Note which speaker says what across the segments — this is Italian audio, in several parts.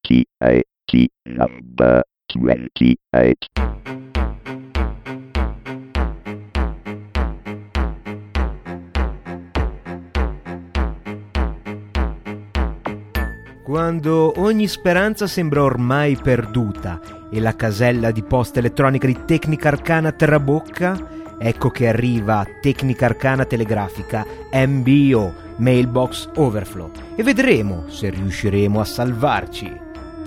Speaker 1: TAT number 28.
Speaker 2: Quando ogni speranza sembra ormai perduta e la casella di posta elettronica di Tecnica Arcana trabocca, ecco che arriva Tecnica Arcana Telegrafica MBO, Mailbox Overflow, e vedremo se riusciremo a salvarci.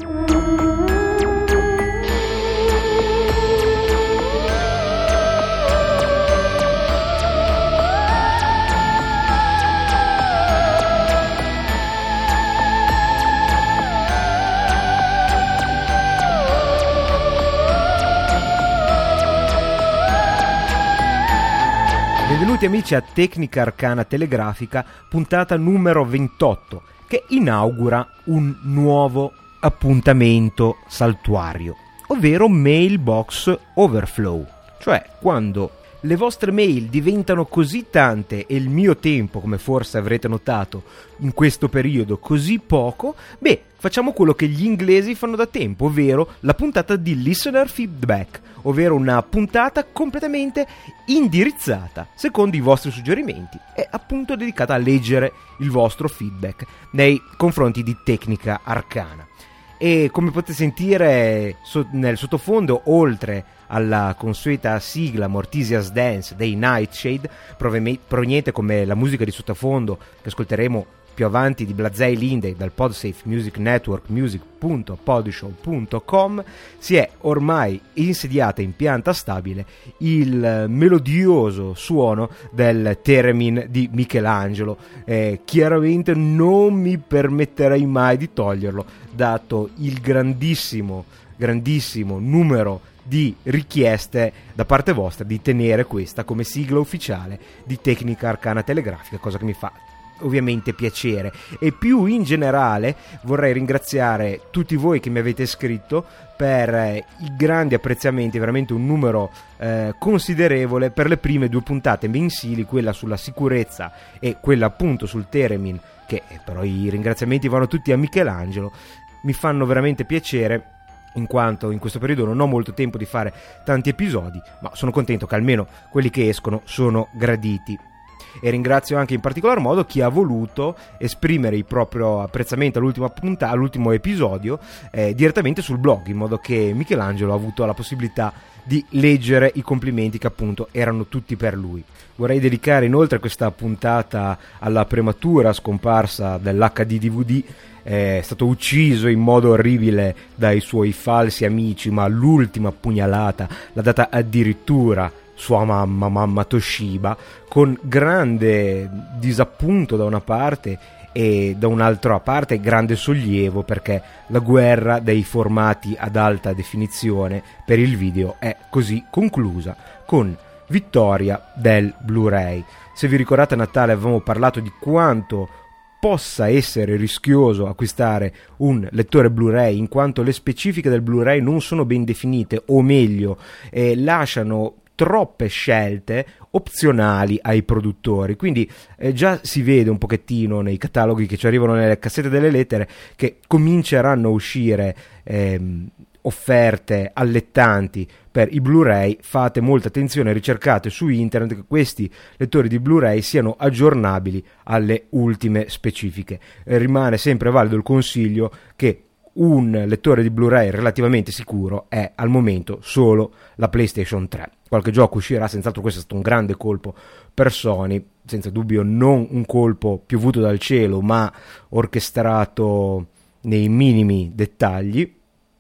Speaker 2: Benvenuti amici a Tecnica Arcana Telegrafica, puntata numero 28, che inaugura un nuovo appuntamento saltuario, ovvero Mailbox Overflow, cioè quando le vostre mail diventano così tante e il mio tempo, come forse avrete notato in questo periodo, così poco, facciamo quello che gli inglesi fanno da tempo, ovvero la puntata di listener feedback, ovvero una puntata completamente indirizzata secondo i vostri suggerimenti e appunto dedicata a leggere il vostro feedback nei confronti di Tecnica Arcana. E come potete sentire nel sottofondo, oltre alla consueta sigla Mortisia's Dance dei Nightshade, proveniente come la musica di sottofondo che ascolteremo più avanti di Blazei Linde dal PodSafe Music Network music.podshow.com, si è ormai insediata in pianta stabile il melodioso suono del Theremin di Michelangelo. Chiaramente non mi permetterei mai di toglierlo, dato il grandissimo numero di richieste da parte vostra di tenere questa come sigla ufficiale di Tecnica Arcana Telegrafica, cosa che mi fa ovviamente piacere. E più in generale vorrei ringraziare tutti voi che mi avete scritto per i grandi apprezzamenti, veramente un numero considerevole per le prime due puntate mensili, quella sulla sicurezza e quella appunto sul Theremin, che però i ringraziamenti vanno tutti a Michelangelo. Mi fanno veramente piacere, in quanto in questo periodo non ho molto tempo di fare tanti episodi, ma sono contento che almeno quelli che escono sono graditi. E ringrazio anche in particolar modo chi ha voluto esprimere il proprio apprezzamento all'ultimo episodio direttamente sul blog, in modo che Michelangelo ha avuto la possibilità di leggere i complimenti che appunto erano tutti per lui. Vorrei dedicare inoltre questa puntata alla prematura scomparsa dell'HD DVD. È stato ucciso in modo orribile dai suoi falsi amici, ma l'ultima pugnalata l'ha data addirittura sua mamma Toshiba, con grande disappunto da una parte e da un'altra parte grande sollievo, perché la guerra dei formati ad alta definizione per il video è così conclusa, con vittoria del Blu-ray. Se vi ricordate, a Natale avevamo parlato di quanto possa essere rischioso acquistare un lettore Blu-ray, in quanto le specifiche del Blu-ray non sono ben definite, o meglio lasciano troppe scelte opzionali ai produttori. Quindi già si vede un pochettino nei cataloghi che ci arrivano nelle cassette delle lettere che cominceranno a uscire offerte allettanti per i Blu-ray. Fate molta attenzione, ricercate su internet che questi lettori di Blu-ray siano aggiornabili alle ultime specifiche. Rimane sempre valido il consiglio che un lettore di Blu-ray relativamente sicuro è al momento solo la PlayStation 3. Qualche gioco uscirà, senz'altro questo è stato un grande colpo per Sony, senza dubbio non un colpo piovuto dal cielo, ma orchestrato nei minimi dettagli,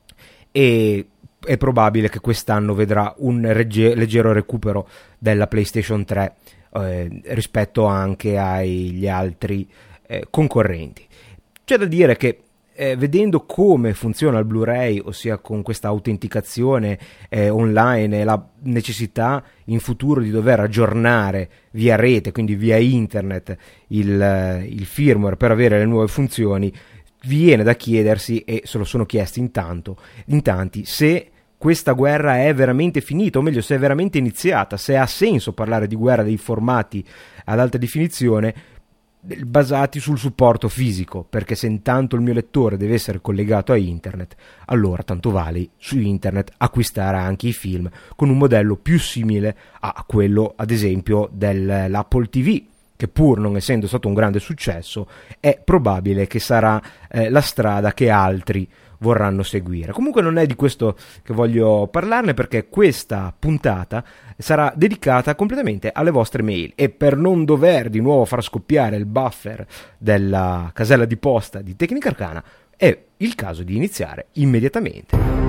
Speaker 2: e è probabile che quest'anno vedrà un leggero recupero della PlayStation 3 rispetto anche agli altri concorrenti. C'è da dire che vedendo come funziona il Blu-ray, ossia con questa autenticazione online, e la necessità in futuro di dover aggiornare via rete, quindi via internet, il firmware per avere le nuove funzioni, viene da chiedersi, e se lo sono chiesti in tanti, se questa guerra è veramente finita, o meglio se è veramente iniziata, se ha senso parlare di guerra dei formati ad alta definizione, basati sul supporto fisico, perché se intanto il mio lettore deve essere collegato a internet, allora tanto vale su internet acquistare anche i film con un modello più simile a quello ad esempio dell'Apple TV, che pur non essendo stato un grande successo è probabile che sarà la strada che altri vorranno seguire. Comunque non è di questo che voglio parlarne, perché questa puntata sarà dedicata completamente alle vostre mail, e per non dover di nuovo far scoppiare il buffer della casella di posta di Tecnica Arcana è il caso di iniziare immediatamente.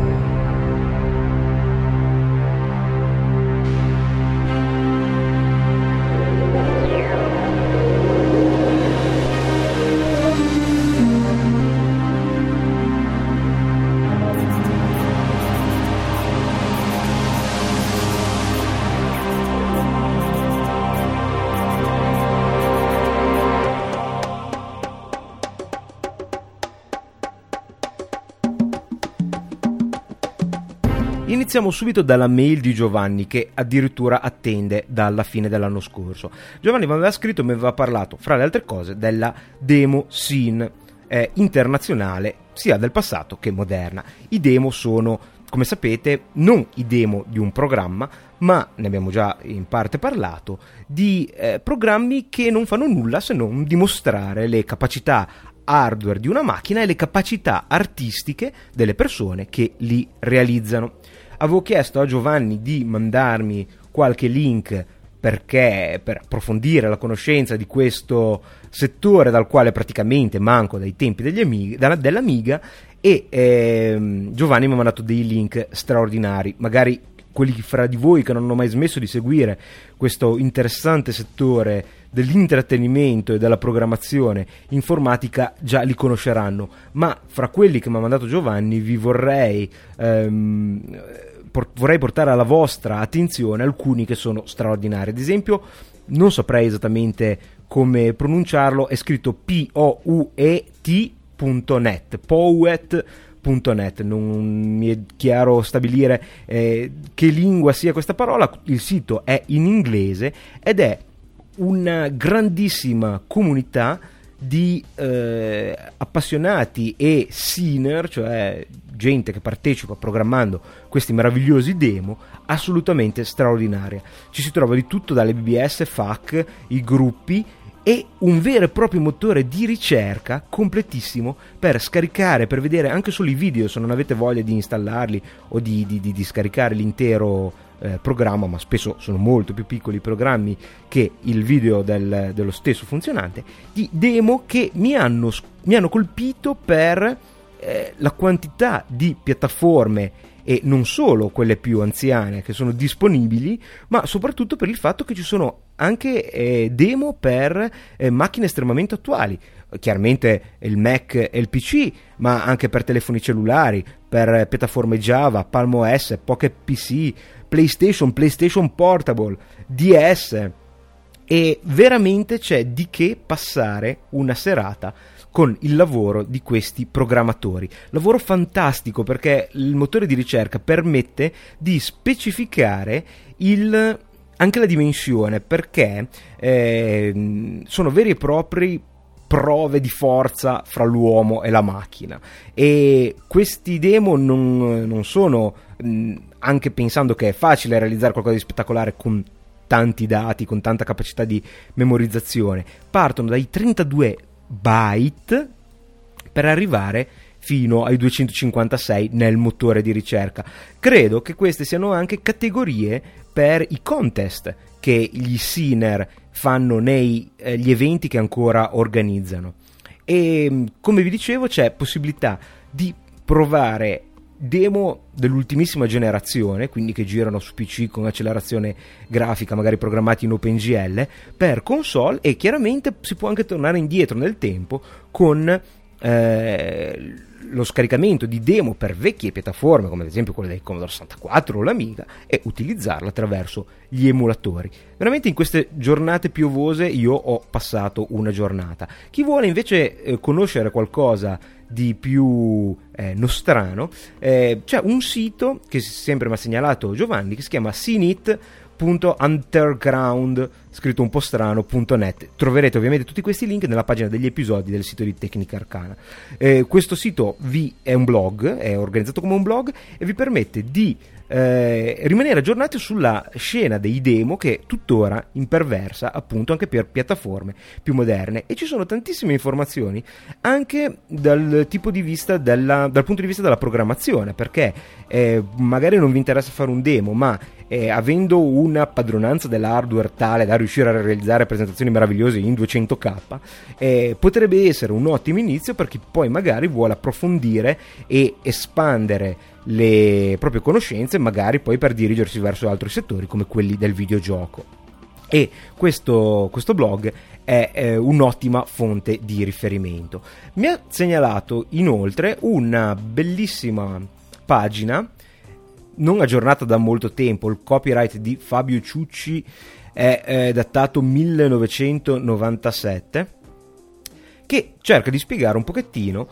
Speaker 2: Iniziamo subito dalla mail di Giovanni, che addirittura attende dalla fine dell'anno scorso. Giovanni mi aveva scritto, mi aveva parlato, fra le altre cose, della demo scene internazionale, sia del passato che moderna. I demo sono, come sapete, non i demo di un programma, ma, ne abbiamo già in parte parlato, di programmi che non fanno nulla se non dimostrare le capacità hardware di una macchina e le capacità artistiche delle persone che li realizzano. Avevo chiesto a Giovanni di mandarmi qualche link perché per approfondire la conoscenza di questo settore dal quale praticamente manco dai tempi dell'Amiga, e Giovanni mi ha mandato dei link straordinari. Magari quelli fra di voi che non hanno mai smesso di seguire questo interessante settore dell'intrattenimento e della programmazione informatica già li conosceranno, ma fra quelli che mi ha mandato Giovanni vi vorrei portare alla vostra attenzione alcuni che sono straordinari. Ad esempio, non saprei esattamente come pronunciarlo, è scritto Poet.net, non mi è chiaro stabilire che lingua sia questa parola. Il sito è in inglese ed è una grandissima comunità di appassionati e scener, cioè gente che partecipa programmando questi meravigliosi demo, assolutamente straordinaria. Ci si trova di tutto, dalle BBS, FAQ, i gruppi e un vero e proprio motore di ricerca completissimo per scaricare, per vedere anche solo i video, se non avete voglia di installarli o di scaricare l'intero programma, ma spesso sono molto più piccoli i programmi che il video dello stesso funzionante, di demo che mi hanno colpito per la quantità di piattaforme, e non solo quelle più anziane che sono disponibili, ma soprattutto per il fatto che ci sono anche demo per macchine estremamente attuali, chiaramente il Mac e il PC, ma anche per telefoni cellulari, per piattaforme Java, Palm OS, Pocket PC, PlayStation Portable, DS, e veramente c'è di che passare una serata con il lavoro di questi programmatori. Lavoro fantastico, perché il motore di ricerca permette di specificare anche la dimensione, perché sono veri e propri prove di forza fra l'uomo e la macchina, e questi demo non sono, anche pensando che è facile realizzare qualcosa di spettacolare con tanti dati, con tanta capacità di memorizzazione, partono dai 32 byte per arrivare fino ai 256 nel motore di ricerca. Credo che queste siano anche categorie per i contest che gli scener fanno gli eventi che ancora organizzano, e come vi dicevo c'è possibilità di provare demo dell'ultimissima generazione, quindi che girano su PC con accelerazione grafica, magari programmati in OpenGL, per console, e chiaramente si può anche tornare indietro nel tempo con lo scaricamento di demo per vecchie piattaforme, come ad esempio quelle del Commodore 64 o l'Amiga, e utilizzarla attraverso gli emulatori. Veramente in queste giornate piovose io ho passato una giornata. Chi vuole invece conoscere qualcosa di più nostrano, c'è un sito che sempre mi ha segnalato Giovanni, che si chiama cnit.underground, scritto un po' strano.net. Troverete ovviamente tutti questi link nella pagina degli episodi del sito di Tecnica Arcana. Questo sito è un blog, è organizzato come un blog e vi permette di rimanere aggiornati sulla scena dei demo, che è tuttora imperversa appunto anche per piattaforme più moderne, e ci sono tantissime informazioni anche dal punto di vista della programmazione, perché magari non vi interessa fare un demo, ma avendo una padronanza dell'hardware tale da riuscire a realizzare presentazioni meravigliose in 200k, potrebbe essere un ottimo inizio per chi poi magari vuole approfondire e espandere le proprie conoscenze, magari poi per dirigersi verso altri settori come quelli del videogioco. E questo blog è un'ottima fonte di riferimento. Mi ha segnalato inoltre una bellissima pagina non aggiornata da molto tempo. Il copyright di Fabio Ciucci è datato 1997, che cerca di spiegare un pochettino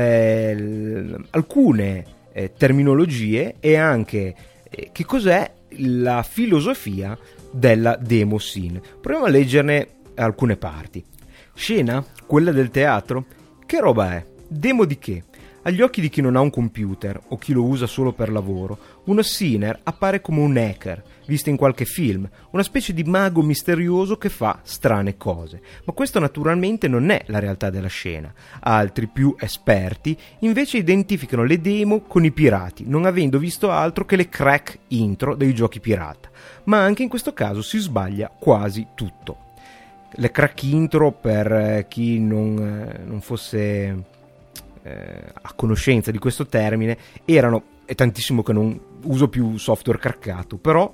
Speaker 2: alcune terminologie e anche che cos'è la filosofia della demo scene. Proviamo a leggerne alcune parti. Scena? Quella del teatro? Che roba è? Demo di che? Agli occhi di chi non ha un computer o chi lo usa solo per lavoro, uno scener appare come un hacker, visto in qualche film, una specie di mago misterioso che fa strane cose. Ma questo naturalmente non è la realtà della scena. Altri, più esperti, invece identificano le demo con i pirati, non avendo visto altro che le crack intro dei giochi pirata. Ma anche in questo caso si sbaglia quasi tutto. Le crack intro, per chi non fosse a conoscenza di questo termine, erano, è tantissimo che non uso più software craccato, però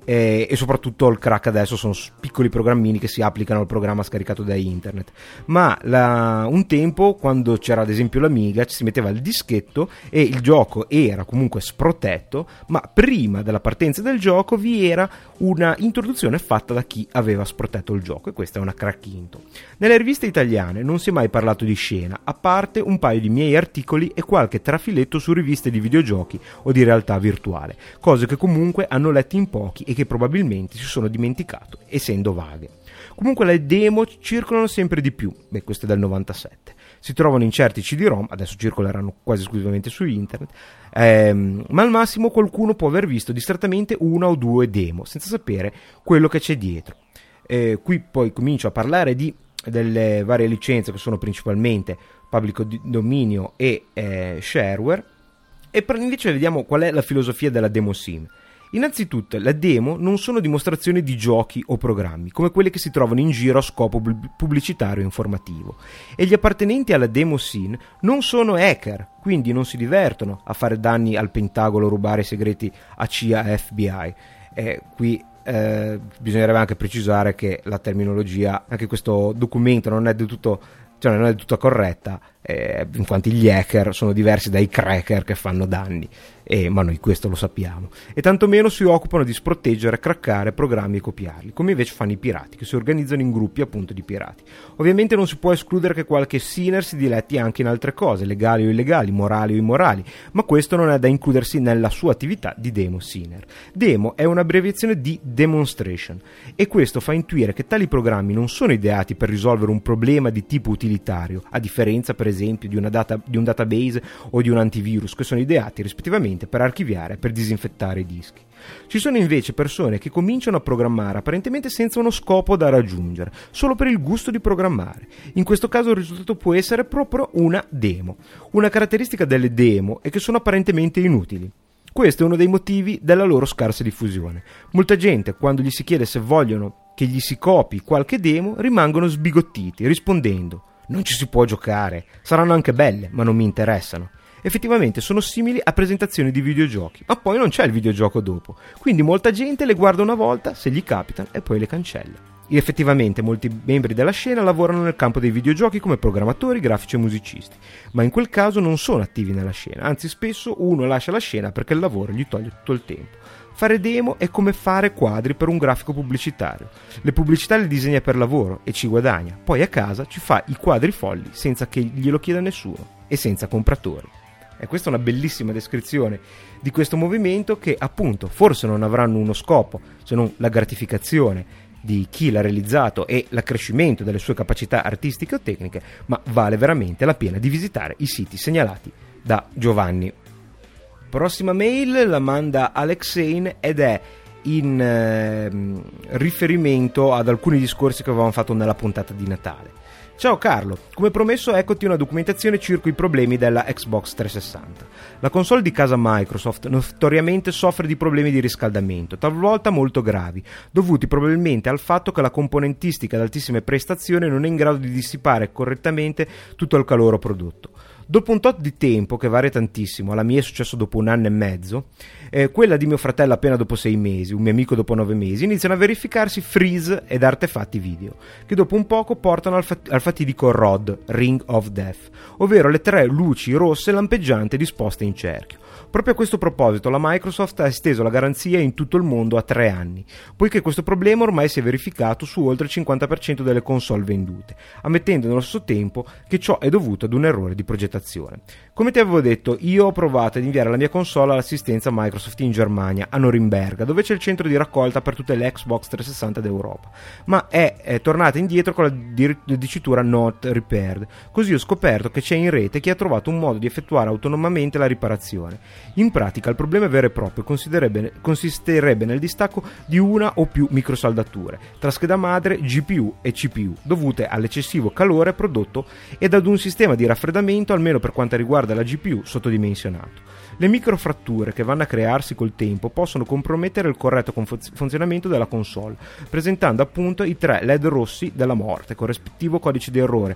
Speaker 2: e soprattutto il crack adesso sono piccoli programmini che si applicano al programma scaricato da internet, ma un tempo, quando c'era ad esempio l'Amiga, ci si metteva il dischetto e il gioco era comunque sprotetto, ma prima della partenza del gioco vi era una introduzione fatta da chi aveva sprotetto il gioco, e questa è una crack intro. Nelle riviste italiane non si è mai parlato di scena, a parte un paio di miei articoli e qualche trafiletto su riviste di videogiochi o di realtà virtuale, cose che comunque hanno letto in pochi e che probabilmente si sono dimenticato, essendo vaghe. Comunque le demo circolano sempre di più, questo è del 97. Si trovano in certi CD-ROM, adesso circoleranno quasi esclusivamente su internet, ma al massimo qualcuno può aver visto distrattamente una o due demo, senza sapere quello che c'è dietro. Qui poi comincio a parlare delle varie licenze, che sono principalmente pubblico dominio e shareware, e invece vediamo qual è la filosofia della demo sim. Innanzitutto, le demo non sono dimostrazioni di giochi o programmi, come quelle che si trovano in giro a scopo pubblicitario e informativo. E gli appartenenti alla demo scene non sono hacker, quindi non si divertono a fare danni al Pentagono o rubare i segreti a CIA e FBI. Qui bisognerebbe anche precisare che la terminologia, anche questo documento, non è del tutto corretta, in quanto gli hacker sono diversi dai cracker che fanno danni, ma noi questo lo sappiamo, e tantomeno si occupano di sproteggere, craccare programmi e copiarli, come invece fanno i pirati, che si organizzano in gruppi appunto di pirati. Ovviamente non si può escludere che qualche sinner si diletti anche in altre cose, legali o illegali, morali o immorali, ma questo non è da includersi nella sua attività di demo sinner. Demo è un'abbreviazione di demonstration, e questo fa intuire che tali programmi non sono ideati per risolvere un problema di tipo utilitario, a differenza per esempio di un database o di un antivirus, che sono ideati rispettivamente per archiviare e per disinfettare i dischi. Ci sono invece persone che cominciano a programmare apparentemente senza uno scopo da raggiungere, solo per il gusto di programmare. In questo caso il risultato può essere proprio una demo. Una caratteristica delle demo è che sono apparentemente inutili. Questo è uno dei motivi della loro scarsa diffusione. Molta gente, quando gli si chiede se vogliono che gli si copi qualche demo, rimangono sbigottiti, rispondendo: non ci si può giocare, saranno anche belle, ma non mi interessano. Effettivamente sono simili a presentazioni di videogiochi, ma poi non c'è il videogioco dopo, quindi molta gente le guarda una volta, se gli capitano, e poi le cancella. Effettivamente molti membri della scena lavorano nel campo dei videogiochi come programmatori, grafici e musicisti, ma in quel caso non sono attivi nella scena, anzi spesso uno lascia la scena perché il lavoro gli toglie tutto il tempo. Fare demo è come fare quadri per un grafico pubblicitario. Le pubblicità le disegna per lavoro e ci guadagna, poi a casa ci fa i quadri folli senza che glielo chieda nessuno e senza compratori. E questa è una bellissima descrizione di questo movimento, che appunto forse non avranno uno scopo se non la gratificazione di chi l'ha realizzato e l'accrescimento delle sue capacità artistiche o tecniche, ma vale veramente la pena di visitare i siti segnalati da Giovanni. Prossima mail la manda Alexein ed è in riferimento ad alcuni discorsi che avevamo fatto nella puntata di Natale. Ciao Carlo, come promesso eccoti una documentazione circa i problemi della Xbox 360. La console di casa Microsoft notoriamente soffre di problemi di riscaldamento, talvolta molto gravi, dovuti probabilmente al fatto che la componentistica ad altissime prestazioni non è in grado di dissipare correttamente tutto il calore prodotto. Dopo un tot di tempo, che varia tantissimo, alla mia è successo dopo 1 anno e mezzo, quella di mio fratello appena dopo 6 mesi, un mio amico dopo 9 mesi, iniziano a verificarsi freeze ed artefatti video, che dopo un poco portano al fatidico ROD, Ring of Death, ovvero le 3 luci rosse lampeggianti disposte in cerchio. Proprio a questo proposito la Microsoft ha esteso la garanzia in tutto il mondo a 3 anni, poiché questo problema ormai si è verificato su oltre il 50% delle console vendute, ammettendo nello stesso tempo che ciò è dovuto ad un errore di progettazione. Come ti avevo detto, io ho provato ad inviare la mia console all'assistenza Microsoft in Germania, a Norimberga, dove c'è il centro di raccolta per tutte le Xbox 360 d'Europa, ma è tornata indietro con la dicitura not repaired. Così ho scoperto che c'è in rete chi ha trovato un modo di effettuare autonomamente la riparazione. In pratica il problema vero e proprio consisterebbe nel distacco di una o più microsaldature tra scheda madre, GPU e CPU, dovute all'eccessivo calore prodotto ed ad un sistema di raffreddamento, almeno per quanto riguarda la GPU, sottodimensionato. Le microfratture che vanno a crearsi col tempo possono compromettere il corretto funzionamento della console, presentando appunto i 3 LED rossi della morte, con rispettivo codice di errore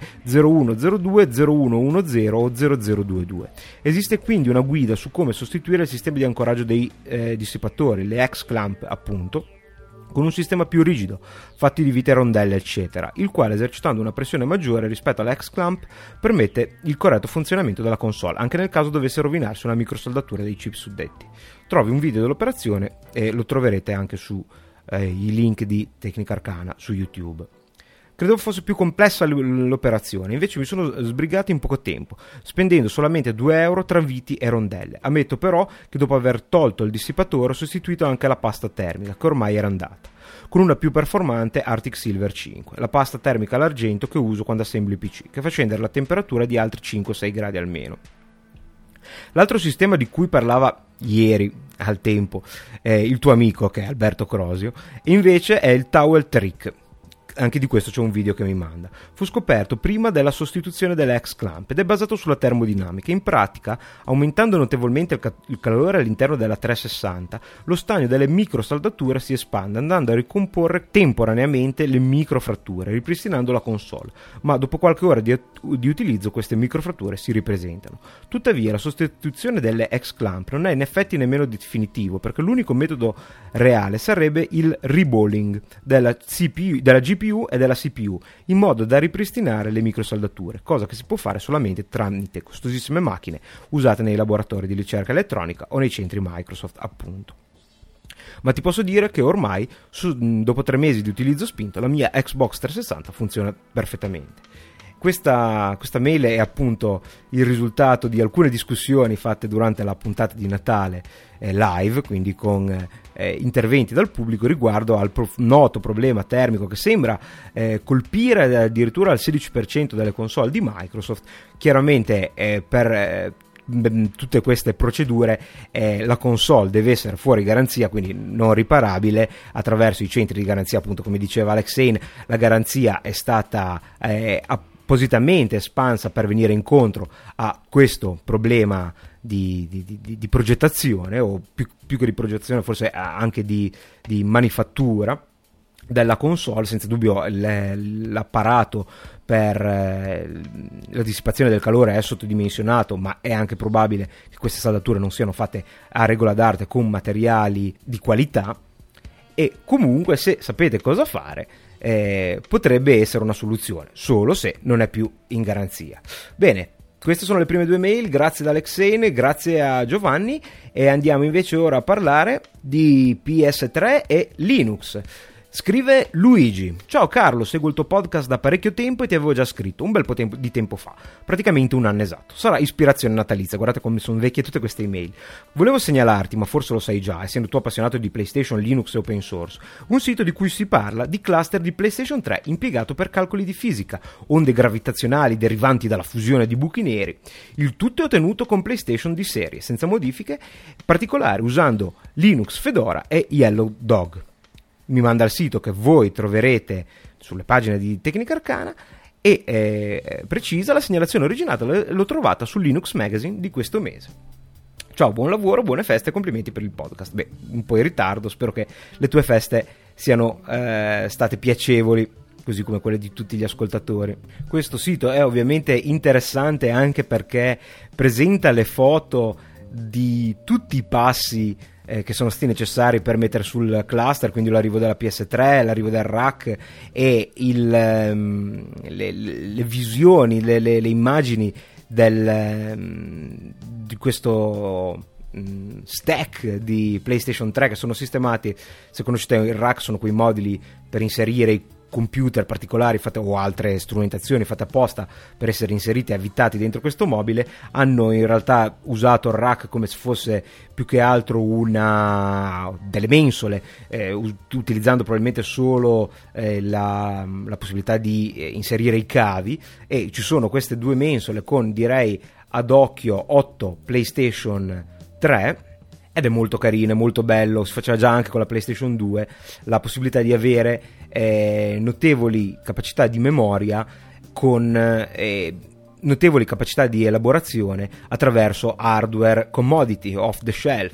Speaker 2: 0102, 0110 o 0022. Esiste quindi una guida su come sostituire il sistema di ancoraggio dei dissipatori, le X-clamp appunto, con un sistema più rigido, fatti di vite rondelle eccetera, il quale esercitando una pressione maggiore rispetto alla X-clamp permette il corretto funzionamento della console, anche nel caso dovesse rovinarsi una microsaldatura dei chip suddetti. Trovi un video dell'operazione e lo troverete anche su i link di Tecnica Arcana su YouTube. Credevo fosse più complessa l'operazione, invece mi sono sbrigato in poco tempo, spendendo solamente 2 euro tra viti e rondelle. Ammetto però che dopo aver tolto il dissipatore ho sostituito anche la pasta termica, che ormai era andata, con una più performante Arctic Silver 5, la pasta termica all'argento che uso quando assemblo i PC, che fa scendere la temperatura di altri 5-6 gradi almeno. L'altro sistema di cui parlava ieri al tempo il tuo amico, che è Alberto Crosio, invece è il Towel Trick. Anche di questo c'è un video che mi manda. Fu scoperto prima della sostituzione delle X-clamp ed è basato sulla termodinamica. In pratica, aumentando notevolmente il calore all'interno della 360, lo stagno delle microsaldature si espande, andando a ricomporre temporaneamente le microfratture, ripristinando la console, ma dopo qualche ora di utilizzo queste microfratture si ripresentano. Tuttavia la sostituzione delle X-clamp non è in effetti nemmeno definitivo, perché l'unico metodo reale sarebbe il reballing della GPU e della CPU, in modo da ripristinare le microsaldature, cosa che si può fare solamente tramite costosissime macchine usate nei laboratori di ricerca elettronica o nei centri Microsoft appunto. Ma ti posso dire che ormai dopo 3 mesi di utilizzo spinto la mia Xbox 360 funziona perfettamente. Questa mail è appunto il risultato di alcune discussioni fatte durante la puntata di Natale live, quindi con interventi dal pubblico riguardo al noto problema termico che sembra colpire addirittura il 16% delle console di Microsoft. Chiaramente per tutte queste procedure la console deve essere fuori garanzia, quindi non riparabile, attraverso i centri di garanzia, appunto come diceva Alexein. La garanzia è stata appositamente espansa per venire incontro a questo problema di progettazione, o più che di progettazione forse anche di manifattura della console. Senza dubbio l'apparato per la dissipazione del calore è sottodimensionato, ma è anche probabile che queste saldature non siano fatte a regola d'arte con materiali di qualità, e comunque se sapete cosa fare potrebbe essere una soluzione, solo se non è più in garanzia. Bene, queste sono le prime 2 mail, grazie ad Alexein, grazie a Giovanni, e andiamo invece ora a parlare di PS3 e Linux. Scrive Luigi: ciao Carlo, seguo il tuo podcast da parecchio tempo e ti avevo già scritto un bel po' di tempo fa, praticamente un anno esatto. Sarà ispirazione natalizia, guardate come sono vecchie tutte queste email. Volevo segnalarti, ma forse lo sai già, essendo tu appassionato di PlayStation, Linux e open source, un sito di cui si parla di cluster di PlayStation 3 impiegato per calcoli di fisica, onde gravitazionali derivanti dalla fusione di buchi neri. Il tutto è ottenuto con PlayStation di serie, senza modifiche particolari, usando Linux, Fedora e Yellow Dog. Mi manda al sito che voi troverete sulle pagine di Tecnica Arcana e precisa: la segnalazione originale l'ho trovata su Linux Magazine di questo mese. Ciao, buon lavoro, buone feste e complimenti per il podcast. Beh, un po' in ritardo, spero che le tue feste siano state piacevoli, così come quelle di tutti gli ascoltatori. Questo sito è ovviamente interessante anche perché presenta le foto di tutti i passi che sono stati necessari per mettere sul cluster, quindi l'arrivo della PS3, l'arrivo del rack e le visioni, le immagini di questo stack di PlayStation 3 che sono sistemati. Se conoscete il rack, sono quei moduli per inserire i computer particolari o altre strumentazioni fatte apposta per essere inseriti e avvitati dentro questo mobile. Hanno in realtà usato il rack come se fosse più che altro delle mensole, utilizzando probabilmente solo la possibilità di inserire i cavi, e ci sono queste due mensole con, direi ad occhio, 8 PlayStation 3. Ed è molto carino, è molto bello. Si faceva già anche con la PlayStation 2 la possibilità di avere notevoli capacità di memoria con notevoli capacità di elaborazione attraverso hardware commodity off the shelf.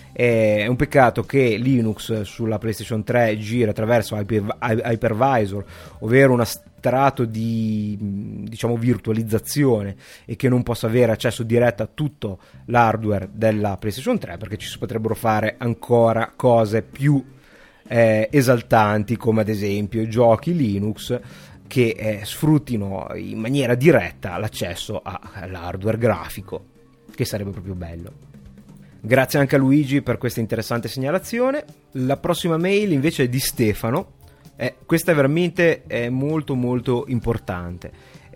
Speaker 2: È un peccato che Linux sulla PlayStation 3 gira attraverso hypervisor, ovvero una strato di, diciamo, virtualizzazione, e che non possa avere accesso diretto a tutto l'hardware della PlayStation 3, perché ci si potrebbero fare ancora cose più esaltanti, come ad esempio giochi Linux che sfruttino in maniera diretta l'accesso all'hardware grafico, che sarebbe proprio bello. Grazie anche a Luigi per questa interessante segnalazione. La prossima mail invece è di Stefano. Questa è veramente molto molto importante.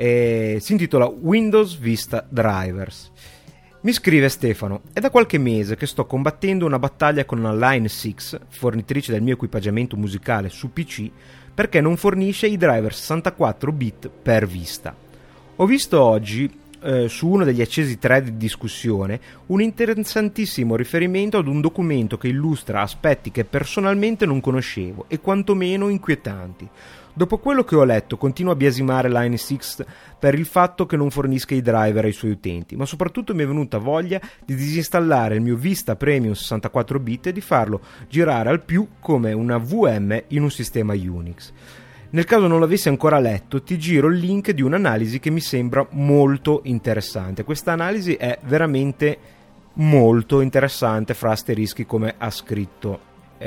Speaker 2: Si intitola Windows Vista Drivers. Mi scrive Stefano: è da qualche mese che sto combattendo una battaglia con la Line 6, fornitrice del mio equipaggiamento musicale su PC, perché non fornisce i driver 64 bit per Vista. Ho visto oggi su uno degli accesi thread di discussione un interessantissimo riferimento ad un documento che illustra aspetti che personalmente non conoscevo e quantomeno inquietanti. Dopo quello che ho letto, continuo a biasimare Line 6 per il fatto che non fornisca i driver ai suoi utenti, ma soprattutto mi è venuta voglia di disinstallare il mio Vista Premium 64 bit e di farlo girare al più come una VM in un sistema Unix. Nel caso non l'avessi ancora letto, ti giro il link di un'analisi che mi sembra molto interessante. Questa analisi è veramente molto interessante, fra asterischi, come ha scritto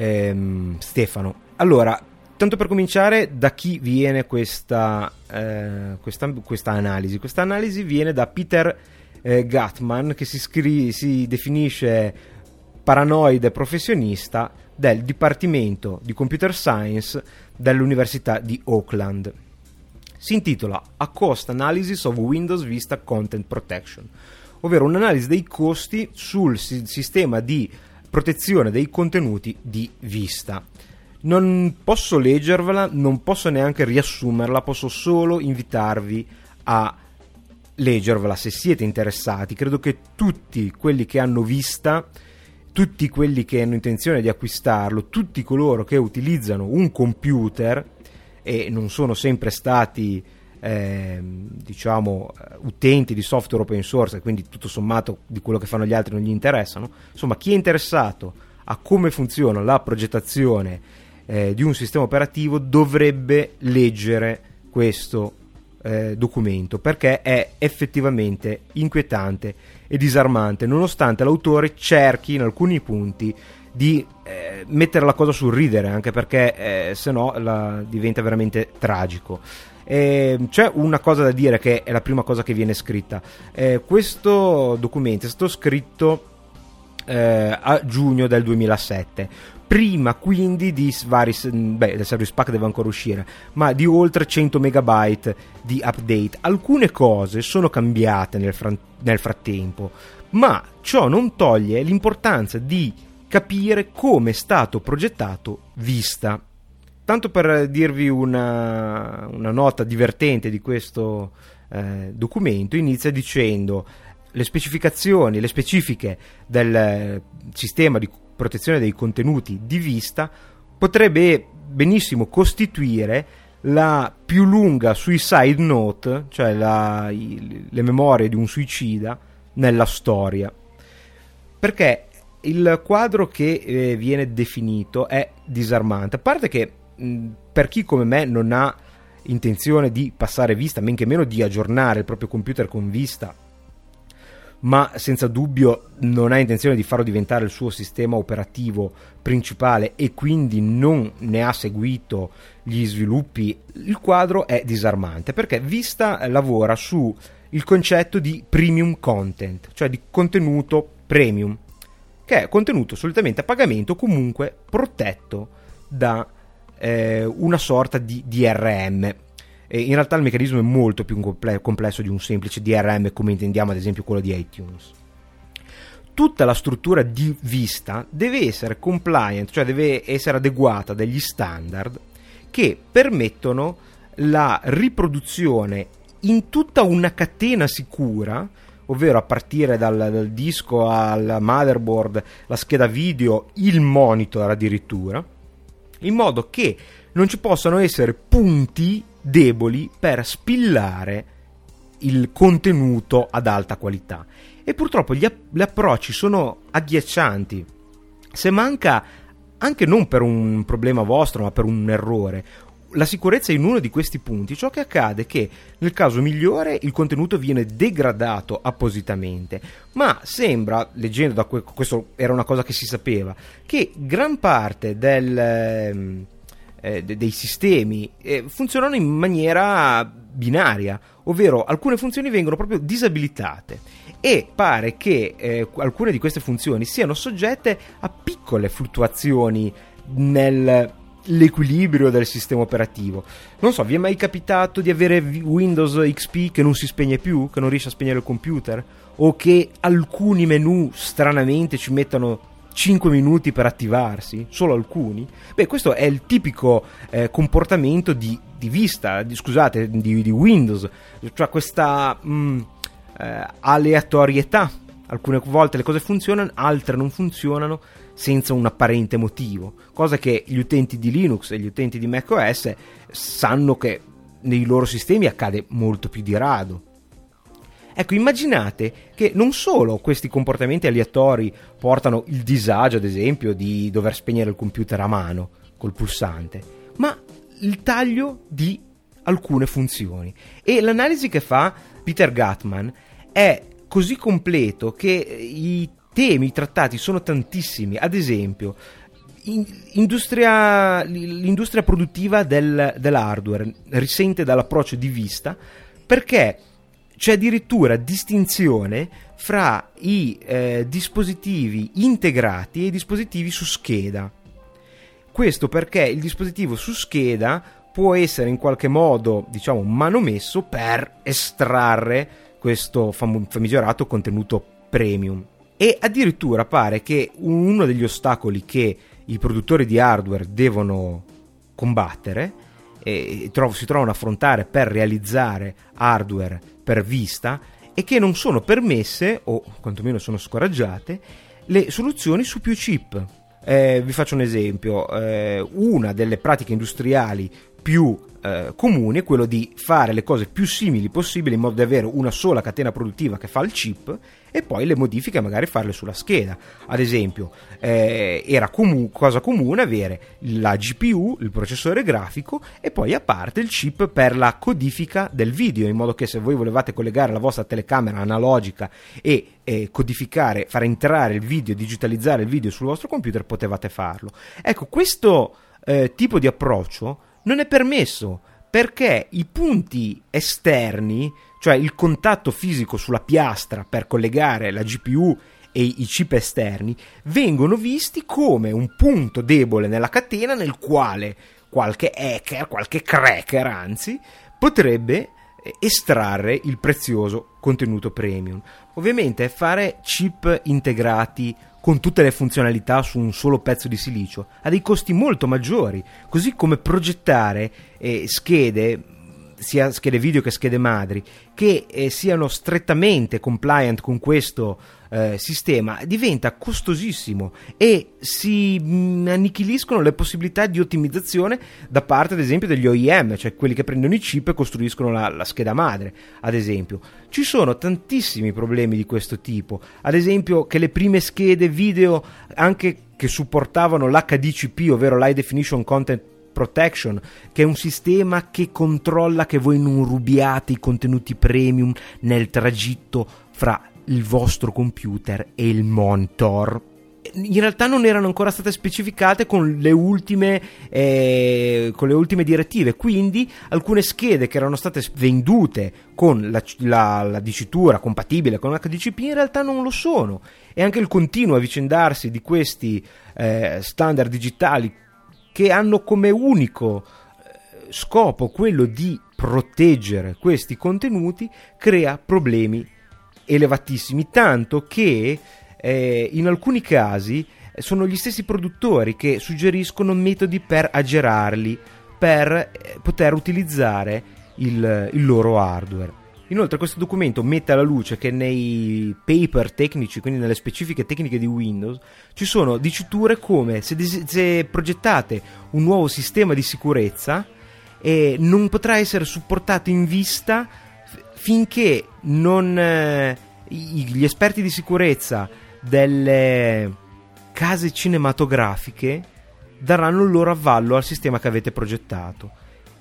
Speaker 2: Stefano. Allora, tanto per cominciare, da chi viene questa analisi? Questa analisi viene da Peter Gutman, che si definisce paranoide professionista del Dipartimento di Computer Science dell'Università di Auckland. Si intitola A Cost Analysis of Windows Vista Content Protection, ovvero un'analisi dei costi sul sistema di protezione dei contenuti di Vista. Non posso leggervela, non posso neanche riassumerla, posso solo invitarvi a leggervela se siete interessati. Credo che tutti quelli che hanno Vista, tutti quelli che hanno intenzione di acquistarlo, tutti coloro che utilizzano un computer e non sono sempre stati utenti di software open source, e quindi tutto sommato di quello che fanno gli altri non gli interessano, insomma, chi è interessato a come funziona la progettazione di un sistema operativo dovrebbe leggere questo documento, perché è effettivamente inquietante e disarmante, nonostante l'autore cerchi in alcuni punti di mettere la cosa sul ridere, anche perché se no diventa veramente tragico. C'è una cosa da dire, che è la prima cosa che viene scritta. Questo documento è stato scritto a giugno del 2007. prima quindi di vari, il service pack deve ancora uscire, ma di oltre 100 megabyte di update. Alcune cose sono cambiate nel frattempo, ma ciò non toglie l'importanza di capire come è stato progettato Vista. Tanto per dirvi una nota divertente di questo documento, inizia dicendo: le specifiche del sistema di protezione dei contenuti di Vista potrebbe benissimo costituire la più lunga suicide note, cioè le memorie di un suicida nella storia, perché il quadro che viene definito è disarmante. A parte che per chi come me non ha intenzione di passare Vista, men che meno di aggiornare il proprio computer con Vista, ma senza dubbio non ha intenzione di farlo diventare il suo sistema operativo principale e quindi non ne ha seguito gli sviluppi, il quadro è disarmante, perché Vista lavora su il concetto di premium content, cioè di contenuto premium, che è contenuto solitamente a pagamento, comunque protetto da una sorta di DRM. In realtà il meccanismo è molto più complesso di un semplice DRM come intendiamo ad esempio quello di iTunes. Tutta la struttura di Vista deve essere compliant, cioè deve essere adeguata a degli standard che permettono la riproduzione in tutta una catena sicura, ovvero a partire dal disco al motherboard, la scheda video, il monitor addirittura, in modo che non ci possano essere punti deboli per spillare il contenuto ad alta qualità. E purtroppo gli approcci sono agghiaccianti. Se manca, anche non per un problema vostro ma per un errore, la sicurezza in uno di questi punti, ciò che accade è che nel caso migliore il contenuto viene degradato appositamente, ma sembra, leggendo da questo era una cosa che si sapeva, che gran parte dei sistemi funzionano in maniera binaria, ovvero alcune funzioni vengono proprio disabilitate e pare che alcune di queste funzioni siano soggette a piccole fluttuazioni nell'equilibrio del sistema operativo. Non so, vi è mai capitato di avere Windows XP che non si spegne più, che non riesce a spegnere il computer, o che alcuni menu stranamente ci mettano 5 minuti per attivarsi, solo alcuni? Beh, questo è il tipico comportamento di Vista, di Windows, cioè questa aleatorietà. Alcune volte le cose funzionano, altre non funzionano senza un apparente motivo, cosa che gli utenti di Linux e gli utenti di macOS sanno che nei loro sistemi accade molto più di rado. Ecco, immaginate che non solo questi comportamenti aleatori portano il disagio, ad esempio, di dover spegnere il computer a mano col pulsante, ma il taglio di alcune funzioni. E l'analisi che fa Peter Gutman è così completo che i temi trattati sono tantissimi. Ad esempio, l'industria produttiva dell'hardware risente dall'approccio di Vista, perché c'è addirittura distinzione fra i dispositivi integrati e i dispositivi su scheda. Questo perché il dispositivo su scheda può essere in qualche modo, diciamo, manomesso per estrarre questo famigerato contenuto premium. E addirittura pare che uno degli ostacoli che i produttori di hardware devono combattere e si trovano a affrontare per realizzare hardware per Vista è che non sono permesse, o quantomeno sono scoraggiate, le soluzioni su più chip. Vi faccio un esempio. Una delle pratiche industriali più comuni è quello di fare le cose più simili possibili, in modo da avere una sola catena produttiva che fa il chip e poi le modifiche magari farle sulla scheda. Ad esempio, era cosa comune avere la GPU, il processore grafico, e poi a parte il chip per la codifica del video, in modo che se voi volevate collegare la vostra telecamera analogica e codificare, fare entrare il video, digitalizzare il video sul vostro computer, potevate farlo. Ecco, questo tipo di approccio non è permesso perché i punti esterni, cioè il contatto fisico sulla piastra per collegare la GPU e i chip esterni vengono visti come un punto debole nella catena nel quale qualche hacker, qualche cracker anzi, potrebbe estrarre il prezioso contenuto premium. Ovviamente fare chip integrati con tutte le funzionalità su un solo pezzo di silicio ha dei costi molto maggiori, così come progettare schede, sia schede video che schede madri, che siano strettamente compliant con questo sistema, diventa costosissimo e si annichiliscono le possibilità di ottimizzazione da parte ad esempio degli OEM, cioè quelli che prendono i chip e costruiscono la scheda madre. Ad esempio ci sono tantissimi problemi di questo tipo, ad esempio che le prime schede video anche che supportavano l'HDCP, ovvero l'High Definition Content Protection, che è un sistema che controlla che voi non rubiate i contenuti premium nel tragitto fra il vostro computer e il monitor, in realtà non erano ancora state specificate con le ultime direttive, quindi alcune schede che erano state vendute con la dicitura compatibile con HDCP in realtà non lo sono, e anche il continuo avvicendarsi di questi standard digitali che hanno come unico scopo quello di proteggere questi contenuti crea problemi elevatissimi, tanto che in alcuni casi sono gli stessi produttori che suggeriscono metodi per aggirarli, per poter utilizzare il loro hardware. Inoltre questo documento mette alla luce che nei paper tecnici, quindi nelle specifiche tecniche di Windows, ci sono diciture come se progettate un nuovo sistema di sicurezza non potrà essere supportato in vista finché gli esperti di sicurezza delle case cinematografiche daranno il loro avvallo al sistema che avete progettato.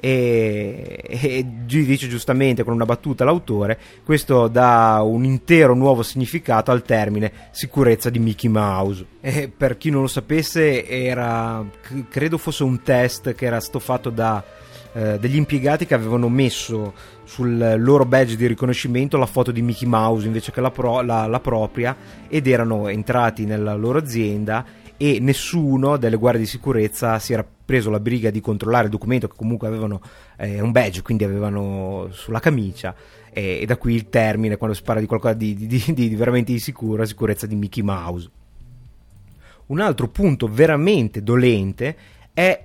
Speaker 2: E dice giustamente con una battuta l'autore, questo dà un intero nuovo significato al termine sicurezza di Mickey Mouse. E per chi non lo sapesse, credo fosse un test che era stato fatto da degli impiegati che avevano messo sul loro badge di riconoscimento la foto di Mickey Mouse invece che la propria, ed erano entrati nella loro azienda e nessuno delle guardie di sicurezza si era preso la briga di controllare il documento, che comunque avevano un badge, quindi avevano sulla camicia, e da qui il termine quando si parla di qualcosa di veramente di sicuro, sicurezza di Mickey Mouse. Un altro punto veramente dolente è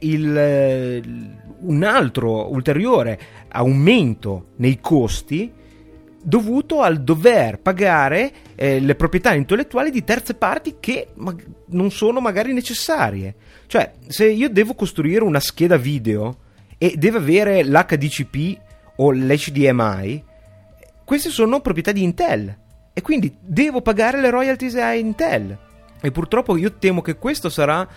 Speaker 2: un altro ulteriore aumento nei costi dovuto al dover pagare le proprietà intellettuali di terze parti che non sono magari necessarie. Cioè, se io devo costruire una scheda video e deve avere l'HDCP o l'HDMI, queste sono proprietà di Intel e quindi devo pagare le royalties a Intel, e purtroppo io temo che questo sarà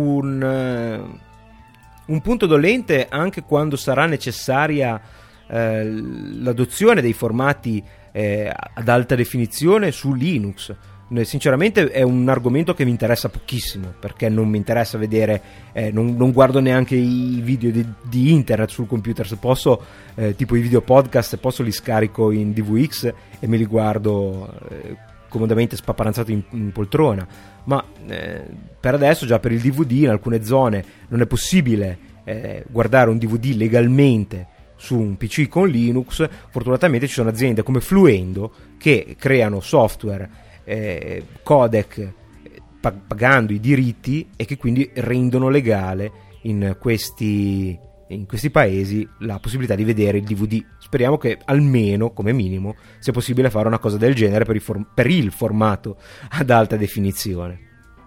Speaker 2: un punto dolente anche quando sarà necessaria l'adozione dei formati ad alta definizione su Linux. Sinceramente è un argomento che mi interessa pochissimo, perché non mi interessa vedere, non guardo neanche i video di internet sul computer. Se posso, tipo i video podcast, se posso li scarico in DVX e me li guardo comodamente spaparanzato in poltrona, ma per adesso già per il DVD in alcune zone non è possibile guardare un DVD legalmente su un PC con Linux. Fortunatamente ci sono aziende come Fluendo che creano software codec pagando i diritti e che quindi rendono legale in questi paesi la possibilità di vedere il DVD. Speriamo che almeno, come minimo, sia possibile fare una cosa del genere per il formato ad alta definizione.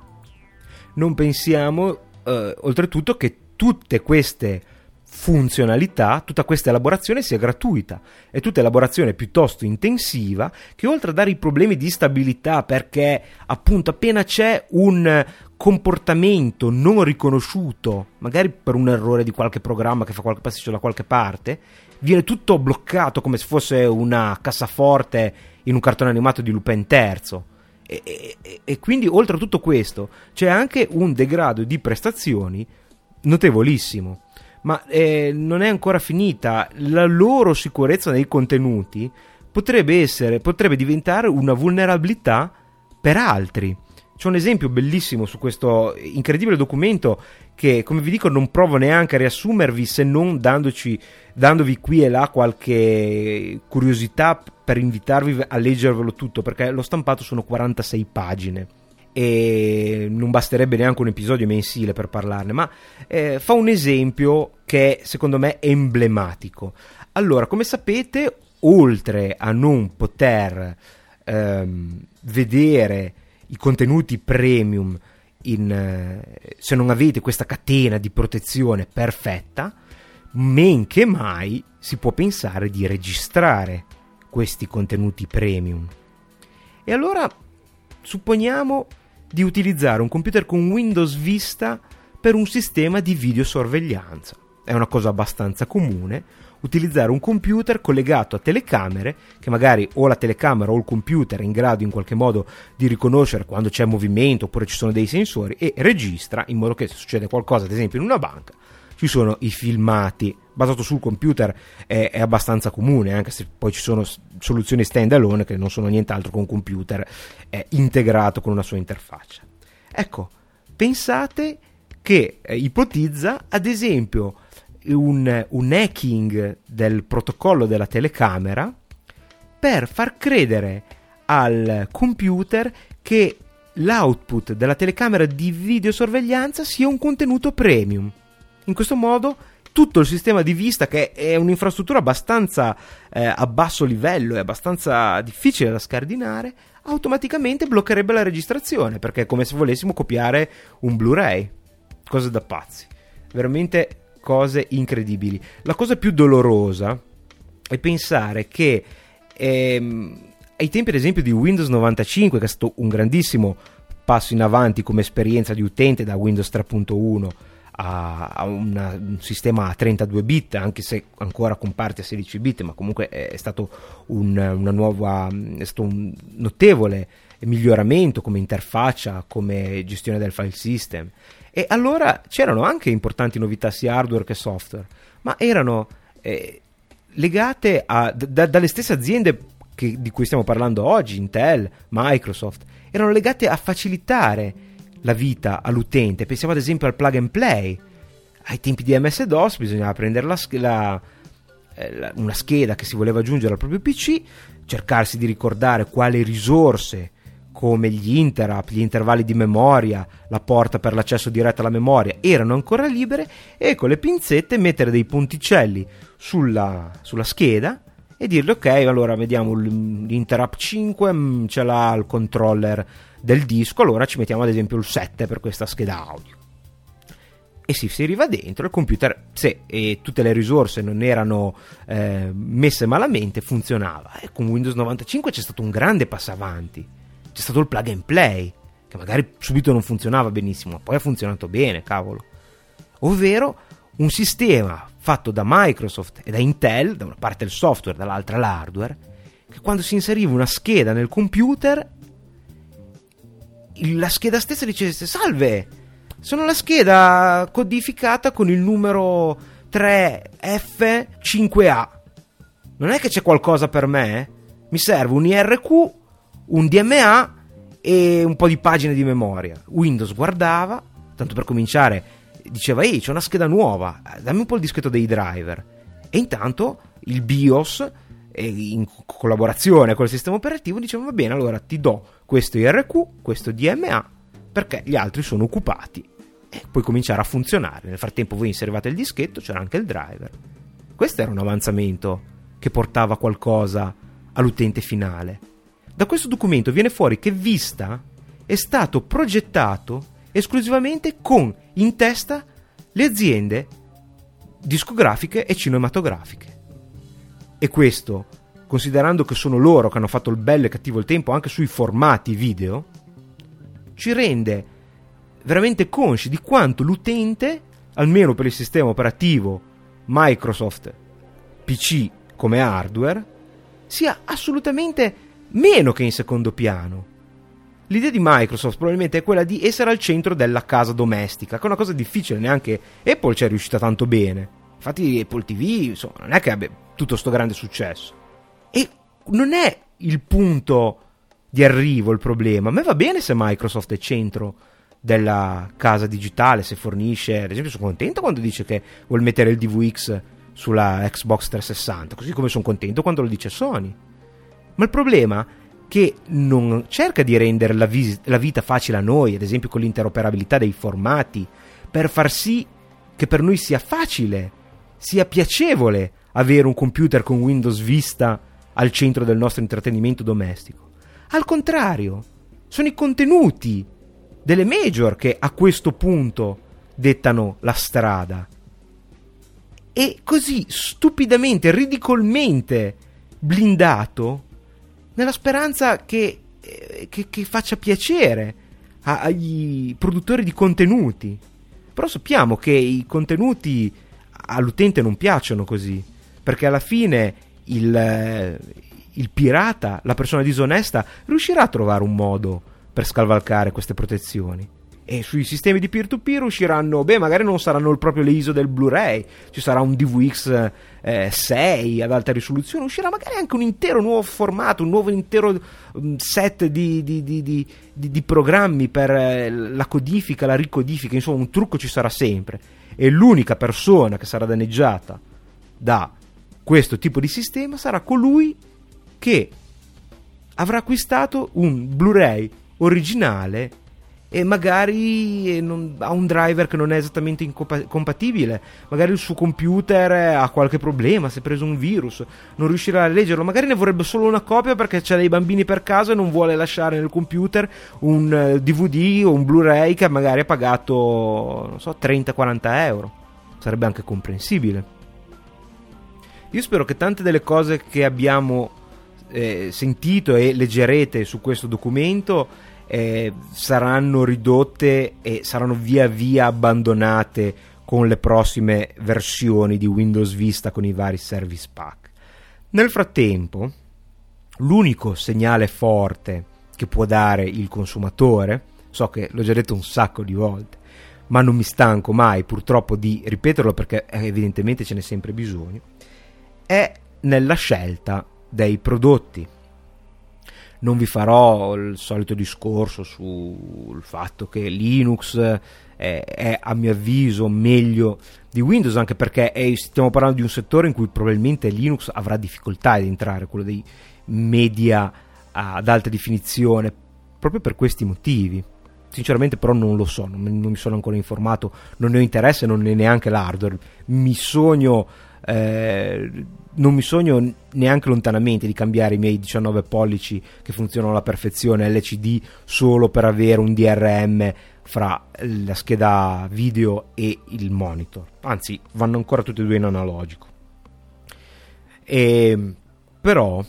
Speaker 2: Non pensiamo oltretutto che tutte queste funzionalità, tutta questa elaborazione sia gratuita. È tutta elaborazione piuttosto intensiva, che oltre a dare i problemi di stabilità, perché appunto appena c'è un comportamento non riconosciuto, magari per un errore di qualche programma che fa qualche pasticcio da qualche parte, viene tutto bloccato come se fosse una cassaforte in un cartone animato di Lupin III. E quindi oltre a tutto questo c'è anche un degrado di prestazioni notevolissimo. Ma non è ancora finita. La loro sicurezza nei contenuti potrebbe diventare una vulnerabilità per altri. C'è un esempio bellissimo su questo incredibile documento che, come vi dico, non provo neanche a riassumervi se non dandovi qui e là qualche curiosità per invitarvi a leggervelo tutto, perché l'ho stampato, sono 46 pagine e non basterebbe neanche un episodio mensile per parlarne, ma fa un esempio che secondo me è emblematico. Allora, come sapete, oltre a non poter vedere i contenuti premium se non avete questa catena di protezione perfetta, men che mai si può pensare di registrare questi contenuti premium. E allora supponiamo di utilizzare un computer con Windows Vista per un sistema di videosorveglianza. È una cosa abbastanza comune utilizzare un computer collegato a telecamere, che magari o la telecamera o il computer è in grado in qualche modo di riconoscere quando c'è movimento oppure ci sono dei sensori, e registra, in modo che se succede qualcosa, ad esempio in una banca, ci sono i filmati. Basato sul computer è abbastanza comune, anche se poi ci sono soluzioni stand alone che non sono nient'altro che un computer integrato con una sua interfaccia. Ecco, pensate che ipotizza ad esempio un hacking del protocollo della telecamera per far credere al computer che l'output della telecamera di videosorveglianza sia un contenuto premium. In questo modo tutto il sistema di vista, che è un'infrastruttura abbastanza a basso livello e abbastanza difficile da scardinare, automaticamente bloccherebbe la registrazione, perché è come se volessimo copiare un Blu-ray. Cose da pazzi, veramente cose incredibili. La cosa più dolorosa è pensare che ai tempi ad esempio di Windows 95, che è stato un grandissimo passo in avanti come esperienza di utente, da Windows 3.1 a un sistema a 32 bit, anche se ancora con parti a 16 bit, ma comunque è stato è stato un notevole miglioramento come interfaccia, come gestione del file system. E allora c'erano anche importanti novità sia hardware che software, ma erano legate dalle stesse aziende di cui stiamo parlando oggi, Intel, Microsoft, erano legate a facilitare la vita all'utente. Pensiamo ad esempio al plug and play. Ai tempi di MS-DOS bisognava prendere una scheda che si voleva aggiungere al proprio PC, cercarsi di ricordare quali risorse, come gli interrupt, gli intervalli di memoria, la porta per l'accesso diretto alla memoria, erano ancora libere, e con le pinzette mettere dei ponticelli sulla scheda e dirgli: ok, allora vediamo l'interrupt 5 ce l'ha il controller del disco, allora ci mettiamo ad esempio il 7 per questa scheda audio. E si arriva dentro, il computer, se tutte le risorse non erano messe malamente, funzionava. E con Windows 95 c'è stato un grande passo avanti. C'è stato il plug and play, che magari subito non funzionava benissimo, ma poi ha funzionato bene, cavolo. Ovvero un sistema fatto da Microsoft e da Intel, da una parte il software, dall'altra l'hardware, che quando si inseriva una scheda nel computer, la scheda stessa dicesse: salve, sono la scheda codificata con il numero 3F5A. Non è che c'è qualcosa per me? Mi serve un IRQ, un DMA e un po' di pagine di memoria. Windows guardava, tanto per cominciare, diceva: ehi, c'è una scheda nuova, dammi un po' il dischetto dei driver. E intanto il BIOS, in collaborazione col sistema operativo, diceva: va bene, allora ti do questo IRQ, questo DMA, perché gli altri sono occupati, e puoi cominciare a funzionare. Nel frattempo voi inserivate il dischetto, c'era anche il driver. Questo era un avanzamento che portava qualcosa all'utente finale. Da questo documento viene fuori che Vista è stato progettato esclusivamente con in testa le aziende discografiche e cinematografiche. E questo, considerando che sono loro che hanno fatto il bello e cattivo il tempo anche sui formati video, ci rende veramente consci di quanto l'utente, almeno per il sistema operativo Microsoft PC come hardware, sia assolutamente meno che in secondo piano. L'idea di Microsoft probabilmente è quella di essere al centro della casa domestica, che è una cosa difficile, neanche Apple ci è riuscita tanto bene. Infatti Apple TV, insomma, non è che abbia tutto sto grande successo. E non è il punto di arrivo il problema. A me va bene se Microsoft è centro della casa digitale, se fornisce, ad esempio sono contento quando dice che vuol mettere il DivX sulla Xbox 360, così come sono contento quando lo dice Sony. Ma il problema è che non cerca di rendere la vita facile a noi, ad esempio con l'interoperabilità dei formati, per far sì che per noi sia facile, sia piacevole avere un computer con Windows Vista al centro del nostro intrattenimento domestico. Al contrario, sono i contenuti delle major che a questo punto dettano la strada. E così stupidamente, ridicolmente blindato, nella speranza che faccia piacere agli produttori di contenuti. Però sappiamo che i contenuti all'utente non piacciono così, perché alla fine il pirata, la persona disonesta, riuscirà a trovare un modo per scavalcare queste protezioni. E sui sistemi di peer-to-peer usciranno, magari non saranno proprio le ISO del Blu-ray, ci sarà un DivX 6 ad alta risoluzione, uscirà magari anche un intero nuovo formato, un nuovo intero set di programmi per la codifica, la ricodifica, insomma un trucco ci sarà sempre. E l'unica persona che sarà danneggiata da questo tipo di sistema sarà colui che avrà acquistato un Blu-ray originale e magari ha un driver che non è esattamente compatibile, magari il suo computer ha qualche problema, si è preso un virus, non riuscirà a leggerlo, magari ne vorrebbe solo una copia perché c'ha dei bambini per caso e non vuole lasciare nel computer un DVD o un Blu-ray che magari ha pagato, non so, 30-40 euro. Sarebbe anche comprensibile. Io spero che tante delle cose che abbiamo sentito e leggerete su questo documento saranno ridotte e saranno via via abbandonate con le prossime versioni di Windows Vista con i vari service pack. Nel frattempo, l'unico segnale forte che può dare il consumatore, so che l'ho già detto un sacco di volte, ma non mi stanco mai purtroppo di ripeterlo perché evidentemente ce n'è sempre bisogno, è nella scelta dei prodotti. Non vi farò il solito discorso sul fatto che Linux è a mio avviso meglio di Windows, anche perché stiamo parlando di un settore in cui probabilmente Linux avrà difficoltà ad entrare, quello dei media ad alta definizione, proprio per questi motivi. Sinceramente però non lo so, non mi sono ancora informato, non ne ho interesse, non ne neanche l'hardware. Non mi sogno neanche lontanamente di cambiare i miei 19 pollici che funzionano alla perfezione LCD solo per avere un DRM fra la scheda video e il monitor, anzi vanno ancora tutti e due in analogico. Però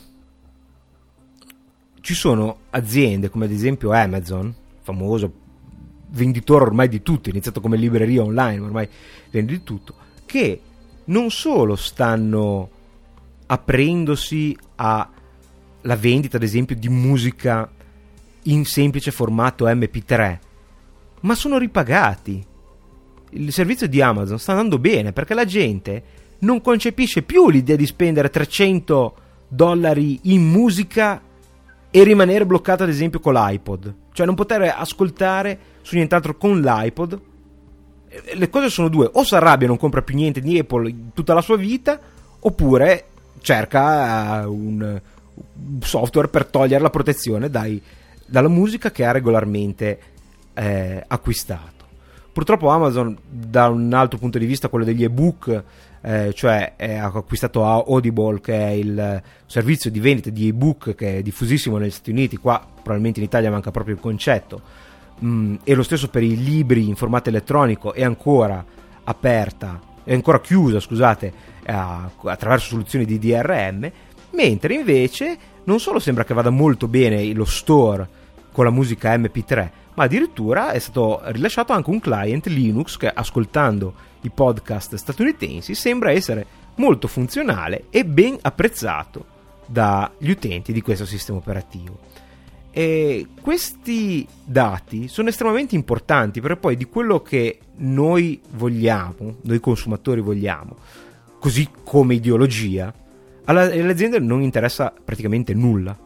Speaker 2: ci sono aziende come ad esempio Amazon, famoso venditore ormai di tutto, è iniziato come libreria online ma ormai vende di tutto, che non solo stanno aprendosi alla vendita ad esempio di musica in semplice formato MP3, ma sono ripagati. Il servizio di Amazon sta andando bene perché la gente non concepisce più l'idea di spendere $300 in musica e rimanere bloccato ad esempio con l'iPod, cioè non poter ascoltare su nient'altro con l'iPod. Le cose sono due: o si arrabbia e non compra più niente di Apple in tutta la sua vita, oppure cerca un software per togliere la protezione dalla musica che ha regolarmente acquistato. Purtroppo Amazon, da un altro punto di vista, quello degli ebook, cioè ha acquistato Audible, che è il servizio di vendita di ebook che è diffusissimo negli Stati Uniti. Qua probabilmente in Italia manca proprio il concetto, e lo stesso per i libri in formato elettronico è ancora chiusa, attraverso soluzioni di DRM, mentre invece non solo sembra che vada molto bene lo store con la musica MP3, ma addirittura è stato rilasciato anche un client Linux che, ascoltando i podcast statunitensi, sembra essere molto funzionale e ben apprezzato dagli utenti di questo sistema operativo. E questi dati sono estremamente importanti, perché poi di quello che noi vogliamo, noi consumatori vogliamo, così come ideologia, alle aziende non interessa praticamente nulla.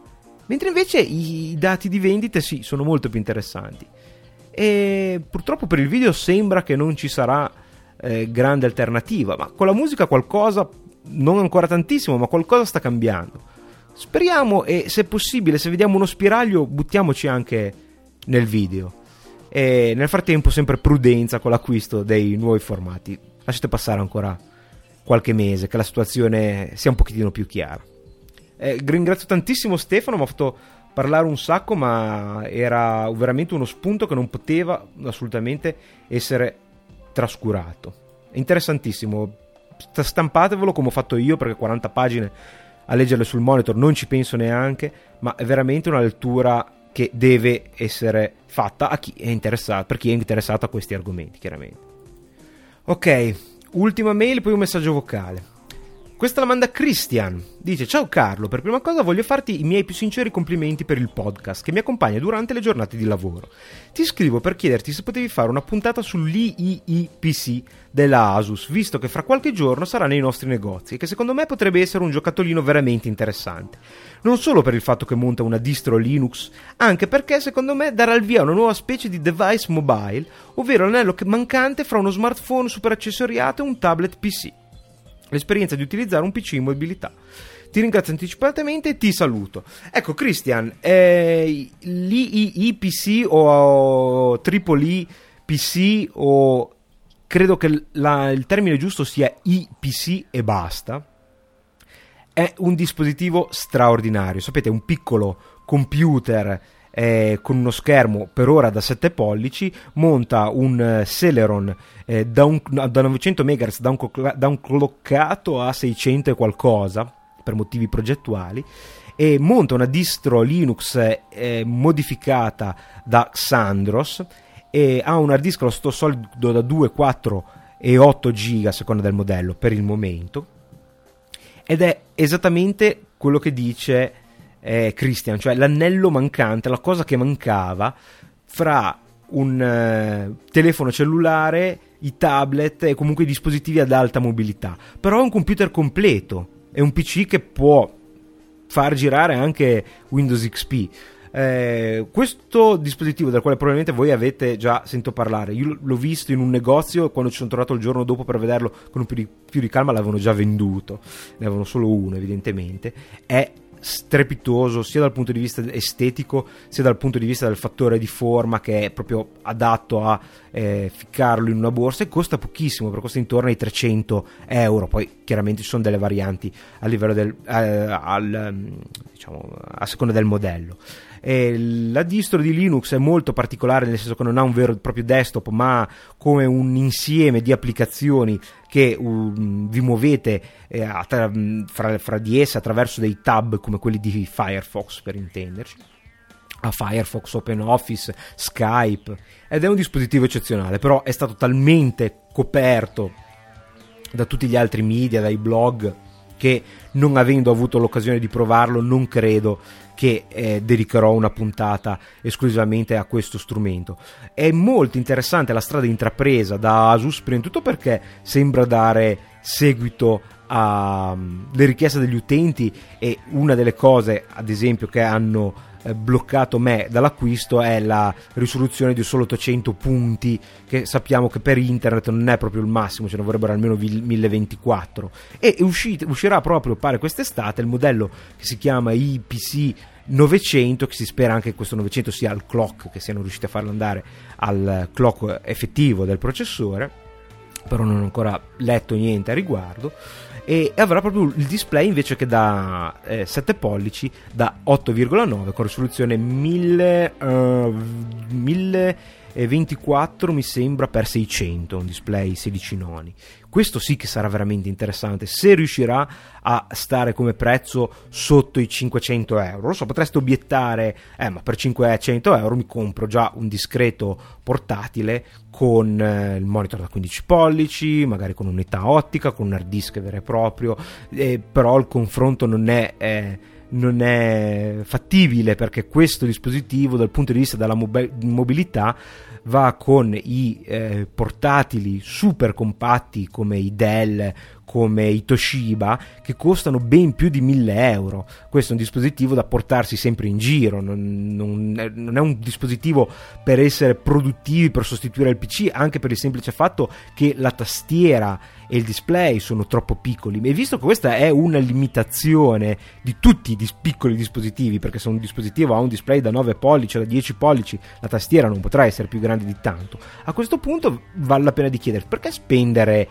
Speaker 2: mentre invece i dati di vendite sì, sono molto più interessanti. E purtroppo per il video sembra che non ci sarà grande alternativa, ma con la musica qualcosa, non ancora tantissimo, ma qualcosa sta cambiando. Speriamo, e se possibile, se vediamo uno spiraglio, buttiamoci anche nel video. E nel frattempo sempre prudenza con l'acquisto dei nuovi formati. Lasciate passare ancora qualche mese, che la situazione sia un pochettino più chiara. Ringrazio tantissimo Stefano, mi ha fatto parlare un sacco, ma era veramente uno spunto che non poteva assolutamente essere trascurato. È interessantissimo, stampatevelo come ho fatto io, perché 40 pagine a leggerle sul monitor non ci penso neanche, ma è veramente una lettura che deve essere fatta a chi è interessato, per chi è interessato a questi argomenti, chiaramente. Ok, ultima mail, poi un messaggio vocale. Questa la manda Christian, dice: ciao Carlo, per prima cosa voglio farti i miei più sinceri complimenti per il podcast che mi accompagna durante le giornate di lavoro. Ti scrivo per chiederti se potevi fare una puntata sull'IIPC della Asus, visto che fra qualche giorno sarà nei nostri negozi e che secondo me potrebbe essere un giocattolino veramente interessante. Non solo per il fatto che monta una distro Linux, anche perché secondo me darà il via a una nuova specie di device mobile, ovvero l'anello mancante fra uno smartphone super accessoriato e un tablet PC. L'esperienza di utilizzare un PC in mobilità. Ti ringrazio anticipatamente e ti saluto. Ecco Christian, l'IIPC o Triple PC, o credo che il termine giusto sia IPC e basta, è un dispositivo straordinario. Sapete, un piccolo computer con uno schermo per ora da 7 pollici, monta un Celeron da 900 MHz downclockato a 600 e qualcosa per motivi progettuali, e monta una distro Linux modificata da Xandros, e ha un hard disk allo sto solido da 2, 4 e 8 giga a seconda del modello per il momento, ed è esattamente quello che dice Christian, cioè l'anello mancante, la cosa che mancava fra un telefono cellulare, i tablet e comunque i dispositivi ad alta mobilità. Però è un computer completo, è un PC che può far girare anche Windows XP. Questo dispositivo, del quale probabilmente voi avete già sentito parlare, io l'ho visto in un negozio e quando ci sono tornato il giorno dopo per vederlo con un più di calma l'avevano già venduto, ne avevano solo uno evidentemente. È strepitoso sia dal punto di vista estetico sia dal punto di vista del fattore di forma, che è proprio adatto a ficcarlo in una borsa, e costa pochissimo, perché costa intorno ai 300 euro. Poi chiaramente ci sono delle varianti a livello diciamo a seconda del modello. La distro di Linux è molto particolare, nel senso che non ha un vero e proprio desktop, ma come un insieme di applicazioni che vi muovete fra di esse attraverso dei tab come quelli di Firefox, per intenderci. A Firefox, OpenOffice, Skype, ed è un dispositivo eccezionale. Però è stato talmente coperto da tutti gli altri media, dai blog, che non avendo avuto l'occasione di provarlo non credo che dedicherò una puntata esclusivamente a questo strumento. È molto interessante la strada intrapresa da Asus, prima di tutto perché sembra dare seguito alle richieste degli utenti, e una delle cose ad esempio che hanno bloccato me dall'acquisto è la risoluzione di solo 800 punti, che sappiamo che per internet non è proprio il massimo, ce ne vorrebbero almeno 1024, e uscirà proprio, pare quest'estate, il modello che si chiama IPC 900, che si spera anche che questo 900 sia al clock, che siano riusciti a farlo andare al clock effettivo del processore, però non ho ancora letto niente a riguardo. E avrà proprio il display invece che da 7 pollici da 8,9 con risoluzione 1024 mi sembra per 600, un display 16 noni. Questo sì che sarà veramente interessante, se riuscirà a stare come prezzo sotto i 500 euro. Lo so, potreste obiettare, ma per 500 euro mi compro già un discreto portatile con il monitor da 15 pollici, magari con unità ottica, con un hard disk vero e proprio, però il confronto non è fattibile, perché questo dispositivo dal punto di vista della mobilità va con i portatili super compatti come i Dell, come i Toshiba, che costano ben più di 1.000 euro. Questo è un dispositivo da portarsi sempre in giro, non è un dispositivo per essere produttivi, per sostituire il PC, anche per il semplice fatto che la tastiera e il display sono troppo piccoli. E visto che questa è una limitazione di tutti i piccoli dispositivi, perché se un dispositivo ha un display da 9 pollici, da 10 pollici, la tastiera non potrà essere più grande di tanto, a questo punto vale la pena di chiedere perché spendere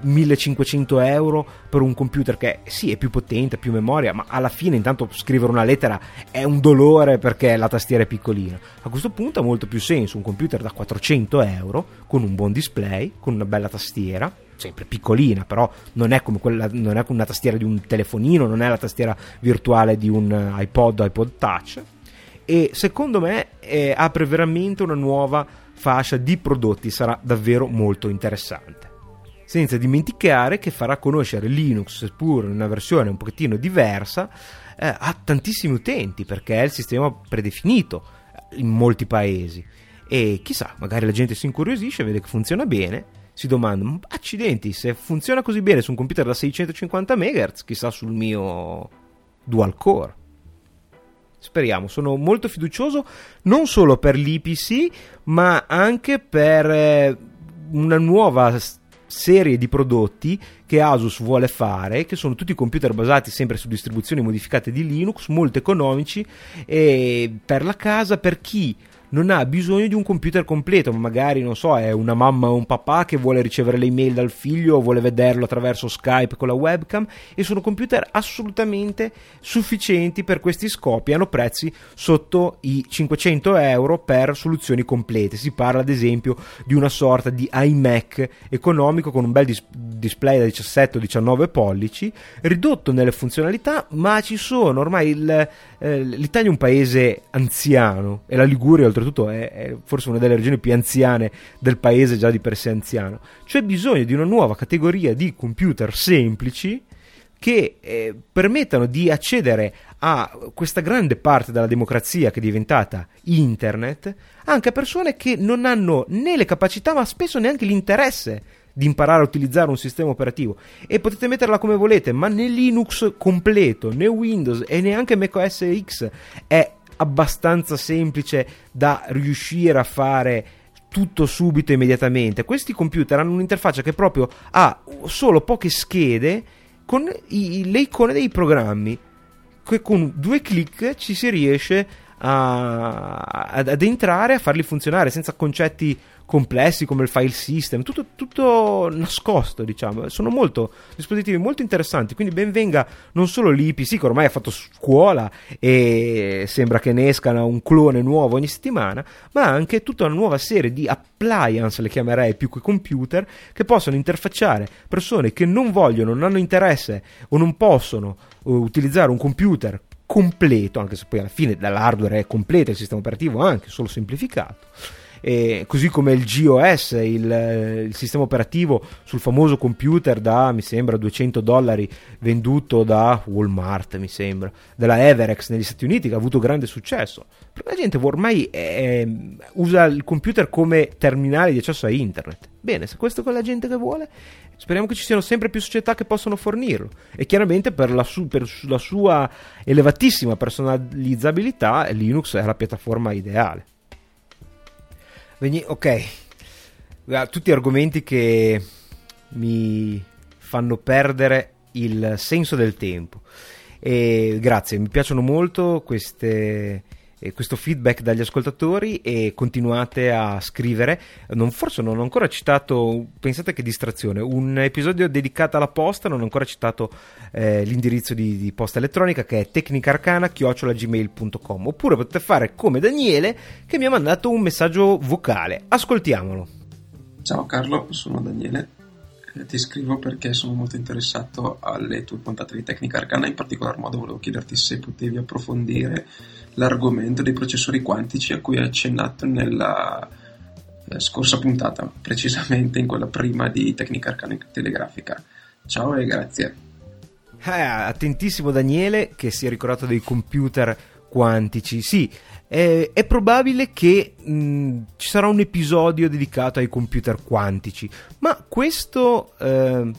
Speaker 2: 1.500 euro per un computer che sì, è più potente, più memoria, ma alla fine intanto scrivere una lettera è un dolore perché la tastiera è piccolina. A questo punto ha molto più senso un computer da 400 euro con un buon display, con una bella tastiera, sempre piccolina, però non è come non è come una tastiera di un telefonino, non è la tastiera virtuale di un iPod Touch, e secondo me apre veramente una nuova fascia di prodotti, sarà davvero molto interessante. Senza dimenticare che farà conoscere Linux, seppur in una versione un pochettino diversa, a tantissimi utenti, perché è il sistema predefinito in molti paesi, e chissà, magari la gente si incuriosisce, vede che funziona bene, si domanda, accidenti, se funziona così bene su un computer da 650 MHz, chissà sul mio dual core. Speriamo, sono molto fiducioso non solo per l'IPC, ma anche per una nuova serie di prodotti che Asus vuole fare, che sono tutti computer basati sempre su distribuzioni modificate di Linux, molto economici, e per la casa, per chi non ha bisogno di un computer completo, ma magari, non so, è una mamma o un papà che vuole ricevere le email dal figlio o vuole vederlo attraverso Skype con la webcam, e sono computer assolutamente sufficienti per questi scopi, hanno prezzi sotto i 500 euro per soluzioni complete. Si parla ad esempio di una sorta di iMac economico con un bel display da 17 o 19 pollici, ridotto nelle funzionalità, ma ci sono ormai l'Italia è un paese anziano e la Liguria oltretutto è forse una delle regioni più anziane del paese, già di per sé anziano. C'è bisogno di una nuova categoria di computer semplici che permettano di accedere a questa grande parte della democrazia che è diventata internet, anche a persone che non hanno né le capacità ma spesso neanche l'interesse di imparare a utilizzare un sistema operativo, e potete metterla come volete, ma né Linux completo, né Windows e neanche macOS X è abbastanza semplice da riuscire a fare tutto subito e immediatamente. Questi computer hanno un'interfaccia che proprio ha solo poche schede con le icone dei programmi, che con 2 clic ci si riesce ad entrare, a farli funzionare senza concetti complessi come il file system, tutto nascosto, diciamo. Sono dispositivi molto interessanti, quindi ben venga non solo l'IPC che ormai ha fatto scuola e sembra che ne esca un clone nuovo ogni settimana, ma anche tutta una nuova serie di appliance, le chiamerei più che computer, che possono interfacciare persone che non vogliono, non hanno interesse o non possono utilizzare un computer completo, anche se poi alla fine dall'hardware è completo, il sistema operativo anche, solo semplificato. Così come il GOS, il sistema operativo sul famoso computer da, mi sembra, $200 venduto da Walmart, mi sembra, della Everex negli Stati Uniti, che ha avuto grande successo, perché la gente ormai usa il computer come terminale di accesso a internet. Bene, se questo è la gente che vuole, speriamo che ci siano sempre più società che possono fornirlo, e chiaramente per la sua elevatissima personalizzabilità Linux è la piattaforma ideale. Ok, tutti argomenti che mi fanno perdere il senso del tempo, e grazie, mi piacciono molto questo feedback dagli ascoltatori, e continuate a scrivere. Forse non ho ancora citato, pensate che distrazione, un episodio dedicato alla posta, non ho ancora citato l'indirizzo di posta elettronica, che è tecnicarcana@gmail.com, oppure potete fare come Daniele, che mi ha mandato un messaggio vocale. Ascoltiamolo.
Speaker 3: Ciao Carlo, sono Daniele, ti scrivo perché sono molto interessato alle tue puntate di Tecnica Arcana. In particolar modo volevo chiederti se potevi approfondire l'argomento dei processori quantici a cui hai accennato nella scorsa puntata, precisamente in quella prima di Tecnica Arcana Telegrafica. Ciao e grazie.
Speaker 2: Attentissimo Daniele, che si è ricordato dei computer quantici. Sì, è probabile che ci sarà un episodio dedicato ai computer quantici, ma questo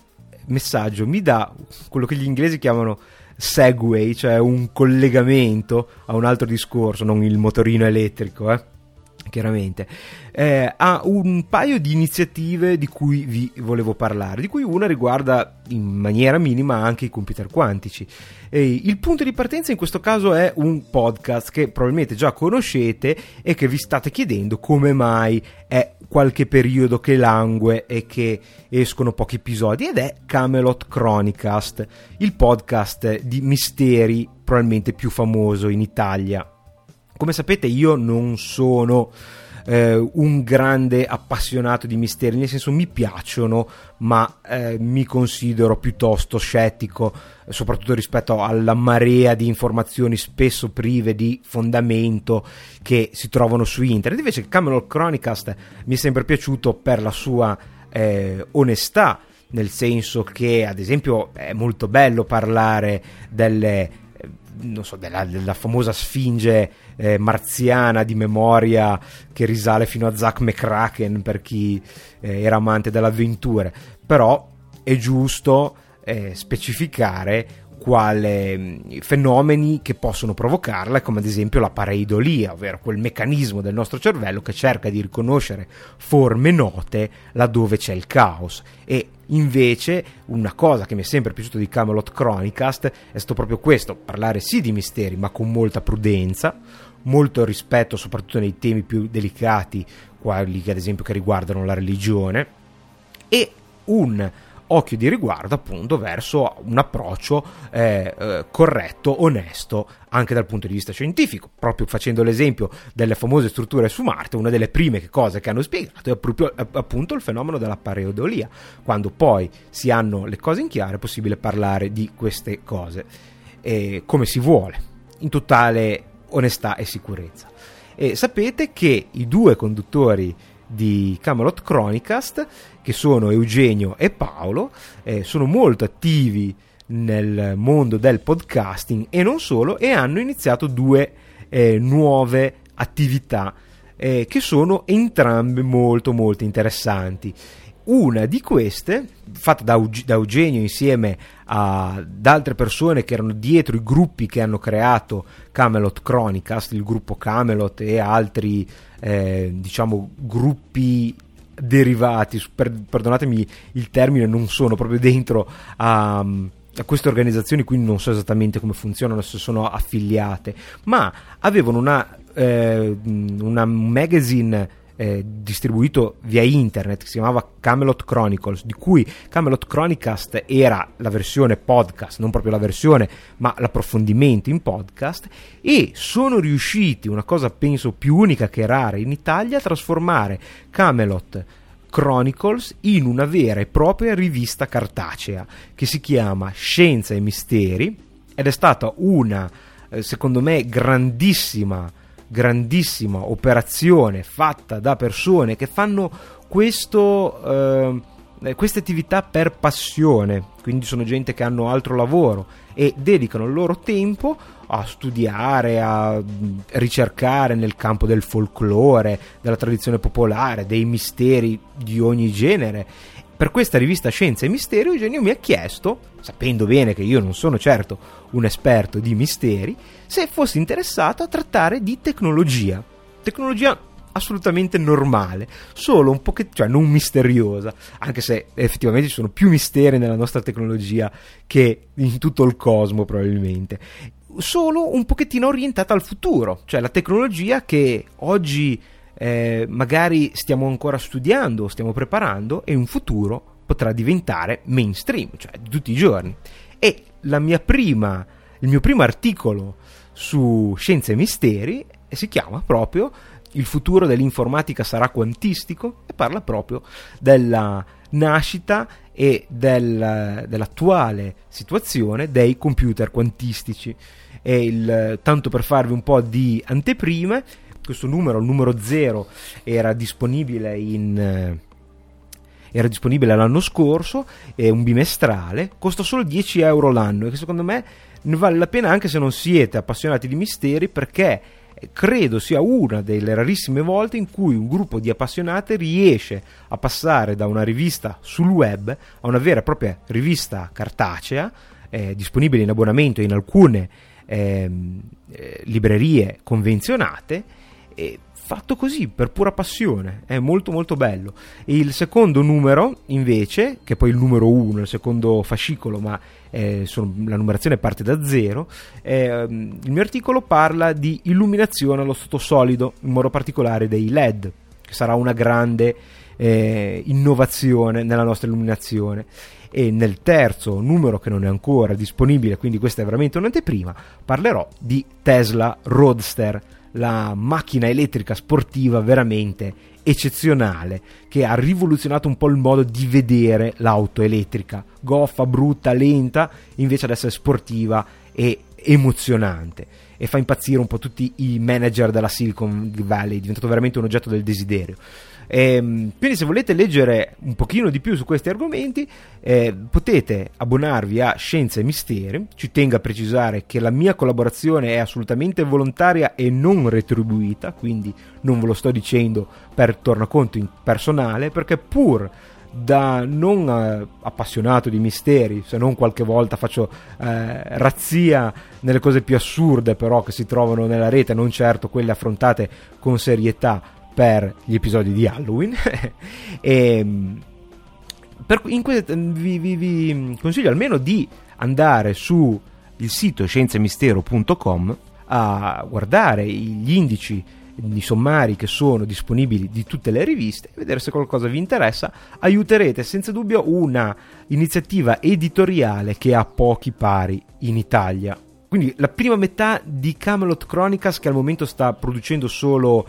Speaker 2: messaggio mi dà quello che gli inglesi chiamano segue, cioè un collegamento a un altro discorso, non il motorino elettrico, chiaramente, ha un paio di iniziative di cui vi volevo parlare, di cui una riguarda in maniera minima anche i computer quantici. Il punto di partenza in questo caso è un podcast che probabilmente già conoscete e che vi state chiedendo come mai è qualche periodo che langue e che escono pochi episodi, ed è Camelot Chronicast, il podcast di misteri probabilmente più famoso in Italia. Come sapete, io non sono un grande appassionato di misteri, nel senso mi piacciono, ma mi considero piuttosto scettico, soprattutto rispetto alla marea di informazioni spesso prive di fondamento che si trovano su internet. Invece Camelot Chronicast mi è sempre piaciuto per la sua onestà, nel senso che ad esempio è molto bello parlare della famosa sfinge marziana di memoria che risale fino a Zack McCracken, per chi era amante dell'avventura, però è giusto specificare quali fenomeni che possono provocarla, come ad esempio la pareidolia, ovvero quel meccanismo del nostro cervello che cerca di riconoscere forme note laddove c'è il caos. E invece una cosa che mi è sempre piaciuto di Camelot Chronicast è stato proprio questo: parlare sì di misteri, ma con molta prudenza, molto rispetto soprattutto nei temi più delicati, quelli che ad esempio che riguardano la religione, e un occhio di riguardo appunto verso un approccio corretto, onesto anche dal punto di vista scientifico. Proprio facendo l'esempio delle famose strutture su Marte, una delle prime cose che hanno spiegato è proprio appunto il fenomeno della pareidolia. Quando poi si hanno le cose in chiaro è possibile parlare di queste cose come si vuole, in totale onestà e sicurezza. E sapete che i due conduttori di Camelot Chronicast, che sono Eugenio e Paolo, sono molto attivi nel mondo del podcasting e non solo, e hanno iniziato due nuove attività che sono entrambe molto molto interessanti. Una di queste, fatta da Eugenio insieme ad altre persone che erano dietro i gruppi che hanno creato Camelot Chronicast, il gruppo Camelot e altri gruppi derivati, perdonatemi il termine, non sono proprio dentro a queste organizzazioni, quindi non so esattamente come funzionano, se sono affiliate, ma avevano una magazine distribuito via internet che si chiamava Camelot Chronicles, di cui Camelot Chronicast era la versione podcast, non proprio la versione ma l'approfondimento in podcast, e sono riusciti, una cosa penso più unica che rara in Italia, a trasformare Camelot Chronicles in una vera e propria rivista cartacea che si chiama Scienza e Misteri, ed è stata una secondo me grandissima operazione fatta da persone che fanno queste attività per passione, quindi sono gente che hanno altro lavoro e dedicano il loro tempo a studiare, a ricercare nel campo del folklore, della tradizione popolare, dei misteri di ogni genere. Per questa rivista Scienza e Misteri Eugenio mi ha chiesto, sapendo bene che io non sono certo un esperto di misteri, se fossi interessato a trattare di tecnologia assolutamente normale, solo un pochettino, cioè non misteriosa, anche se effettivamente ci sono più misteri nella nostra tecnologia che in tutto il cosmo probabilmente, solo un pochettino orientata al futuro, cioè la tecnologia che oggi magari stiamo ancora studiando, stiamo preparando, e in futuro potrà diventare mainstream, cioè di tutti i giorni. E il mio primo articolo su Scienza e Misteri si chiama proprio Il futuro dell'informatica sarà quantistico, e parla proprio della nascita e dell'attuale situazione dei computer quantistici. E tanto per farvi un po' di anteprime, questo numero, il numero 0, era disponibile l'anno scorso, è un bimestrale, costa solo 10 euro l'anno, e che secondo me ne vale la pena anche se non siete appassionati di misteri, perché credo sia una delle rarissime volte in cui un gruppo di appassionati riesce a passare da una rivista sul web a una vera e propria rivista cartacea, disponibile in abbonamento in alcune librerie convenzionate, fatto così per pura passione. È molto molto bello. Il secondo numero invece, che è poi il numero 1, il secondo fascicolo, ma la numerazione parte da 0, il mio articolo parla di illuminazione allo sottosolido, in modo particolare dei LED, che sarà una grande innovazione nella nostra illuminazione. E nel terzo numero, che non è ancora disponibile, quindi questa è veramente un'anteprima, parlerò di Tesla Roadster, la macchina elettrica sportiva veramente eccezionale, che ha rivoluzionato un po' il modo di vedere l'auto elettrica, goffa, brutta, lenta, invece ad essere sportiva e emozionante, e fa impazzire un po' tutti i manager della Silicon Valley. È diventato veramente un oggetto del desiderio. Quindi se volete leggere un pochino di più su questi argomenti, potete abbonarvi a Scienza e Misteri. Ci tengo a precisare che la mia collaborazione è assolutamente volontaria e non retribuita, quindi non ve lo sto dicendo per tornaconto personale, perché pur da non appassionato di misteri, se non qualche volta faccio razzia nelle cose più assurde però che si trovano nella rete, non certo quelle affrontate con serietà per gli episodi di Halloween, vi consiglio almeno di andare su il sito scienziamistero.com a guardare gli indici, i sommari che sono disponibili di tutte le riviste, vedere se qualcosa vi interessa. Aiuterete senza dubbio una iniziativa editoriale che ha pochi pari in Italia. Quindi la prima metà di Camelot Chronicles, che al momento sta producendo solo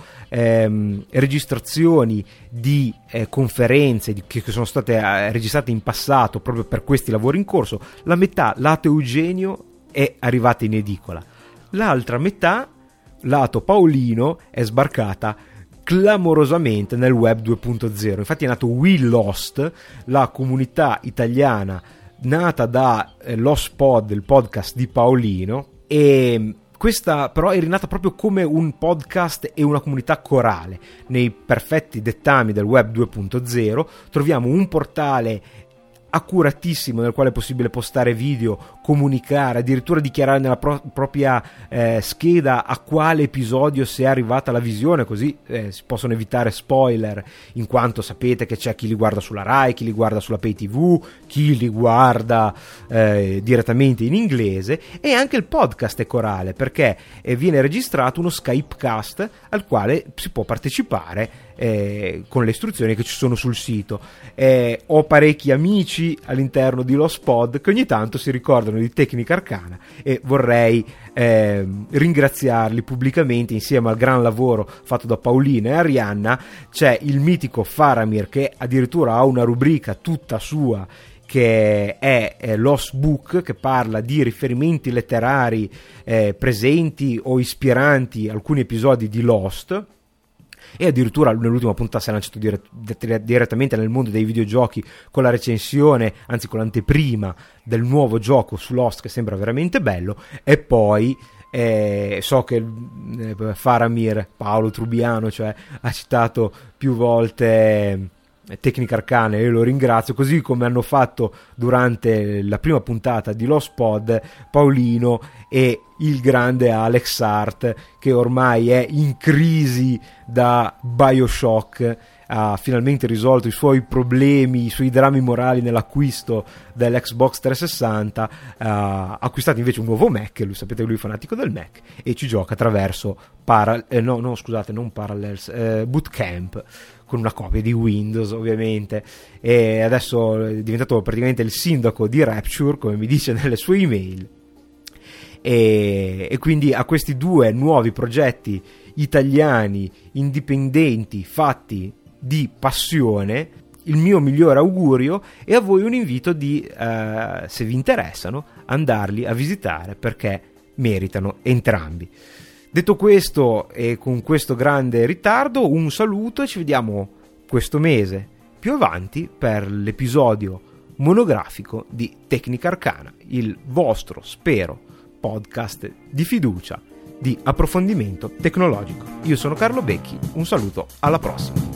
Speaker 2: registrazioni di conferenze che sono state registrate in passato proprio per questi lavori in corso, la metà lato Eugenio è arrivata in edicola, l'altra metà lato Paolino è sbarcata clamorosamente nel web 2.0. Infatti è nato We Lost, la comunità italiana nata da Lost Pod, il podcast di Paolino, e questa però è rinata proprio come un podcast e una comunità corale. Nei perfetti dettami del web 2.0 troviamo un portale accuratissimo nel quale è possibile postare video, comunicare, addirittura dichiarare nella propria scheda a quale episodio si è arrivata la visione, così si possono evitare spoiler, in quanto sapete che c'è chi li guarda sulla Rai, chi li guarda sulla Pay TV, chi li guarda direttamente in inglese. E anche il podcast è corale, perché viene registrato uno Skypecast al quale si può partecipare con le istruzioni che ci sono sul sito. Ho parecchi amici all'interno di Lost Pod che ogni tanto si ricordano di Tecnica Arcana, e vorrei ringraziarli pubblicamente. Insieme al gran lavoro fatto da Paolina e Arianna c'è il mitico Faramir, che addirittura ha una rubrica tutta sua che è Lost Book, che parla di riferimenti letterari presenti o ispiranti alcuni episodi di Lost. E addirittura nell'ultima puntata si è lanciato direttamente nel mondo dei videogiochi con la recensione, anzi con l'anteprima del nuovo gioco su Lost, che sembra veramente bello. E poi so che Faramir, Paolo Trubiano, cioè, ha citato più volte Tecnica Arcana, e io lo ringrazio, così come hanno fatto durante la prima puntata di Lost Pod Paolino e il grande Alex Hart, che ormai è in crisi da BioShock, ha finalmente risolto i suoi problemi, i suoi drammi morali nell'acquisto dell'Xbox 360, ha acquistato invece un nuovo Mac, lui sapete che lui è fanatico del Mac, e ci gioca attraverso Bootcamp, con una copia di Windows ovviamente, e adesso è diventato praticamente il sindaco di Rapture, come mi dice nelle sue email. E quindi a questi due nuovi progetti italiani indipendenti fatti di passione il mio migliore augurio, e a voi un invito di, se vi interessano, andarli a visitare, perché meritano entrambi. Detto questo, e con questo grande ritardo, un saluto, e ci vediamo questo mese più avanti per l'episodio monografico di Tecnica Arcana, il vostro, spero, podcast di fiducia. di approfondimento tecnologico. Io sono Carlo Becchi, un saluto, alla prossima.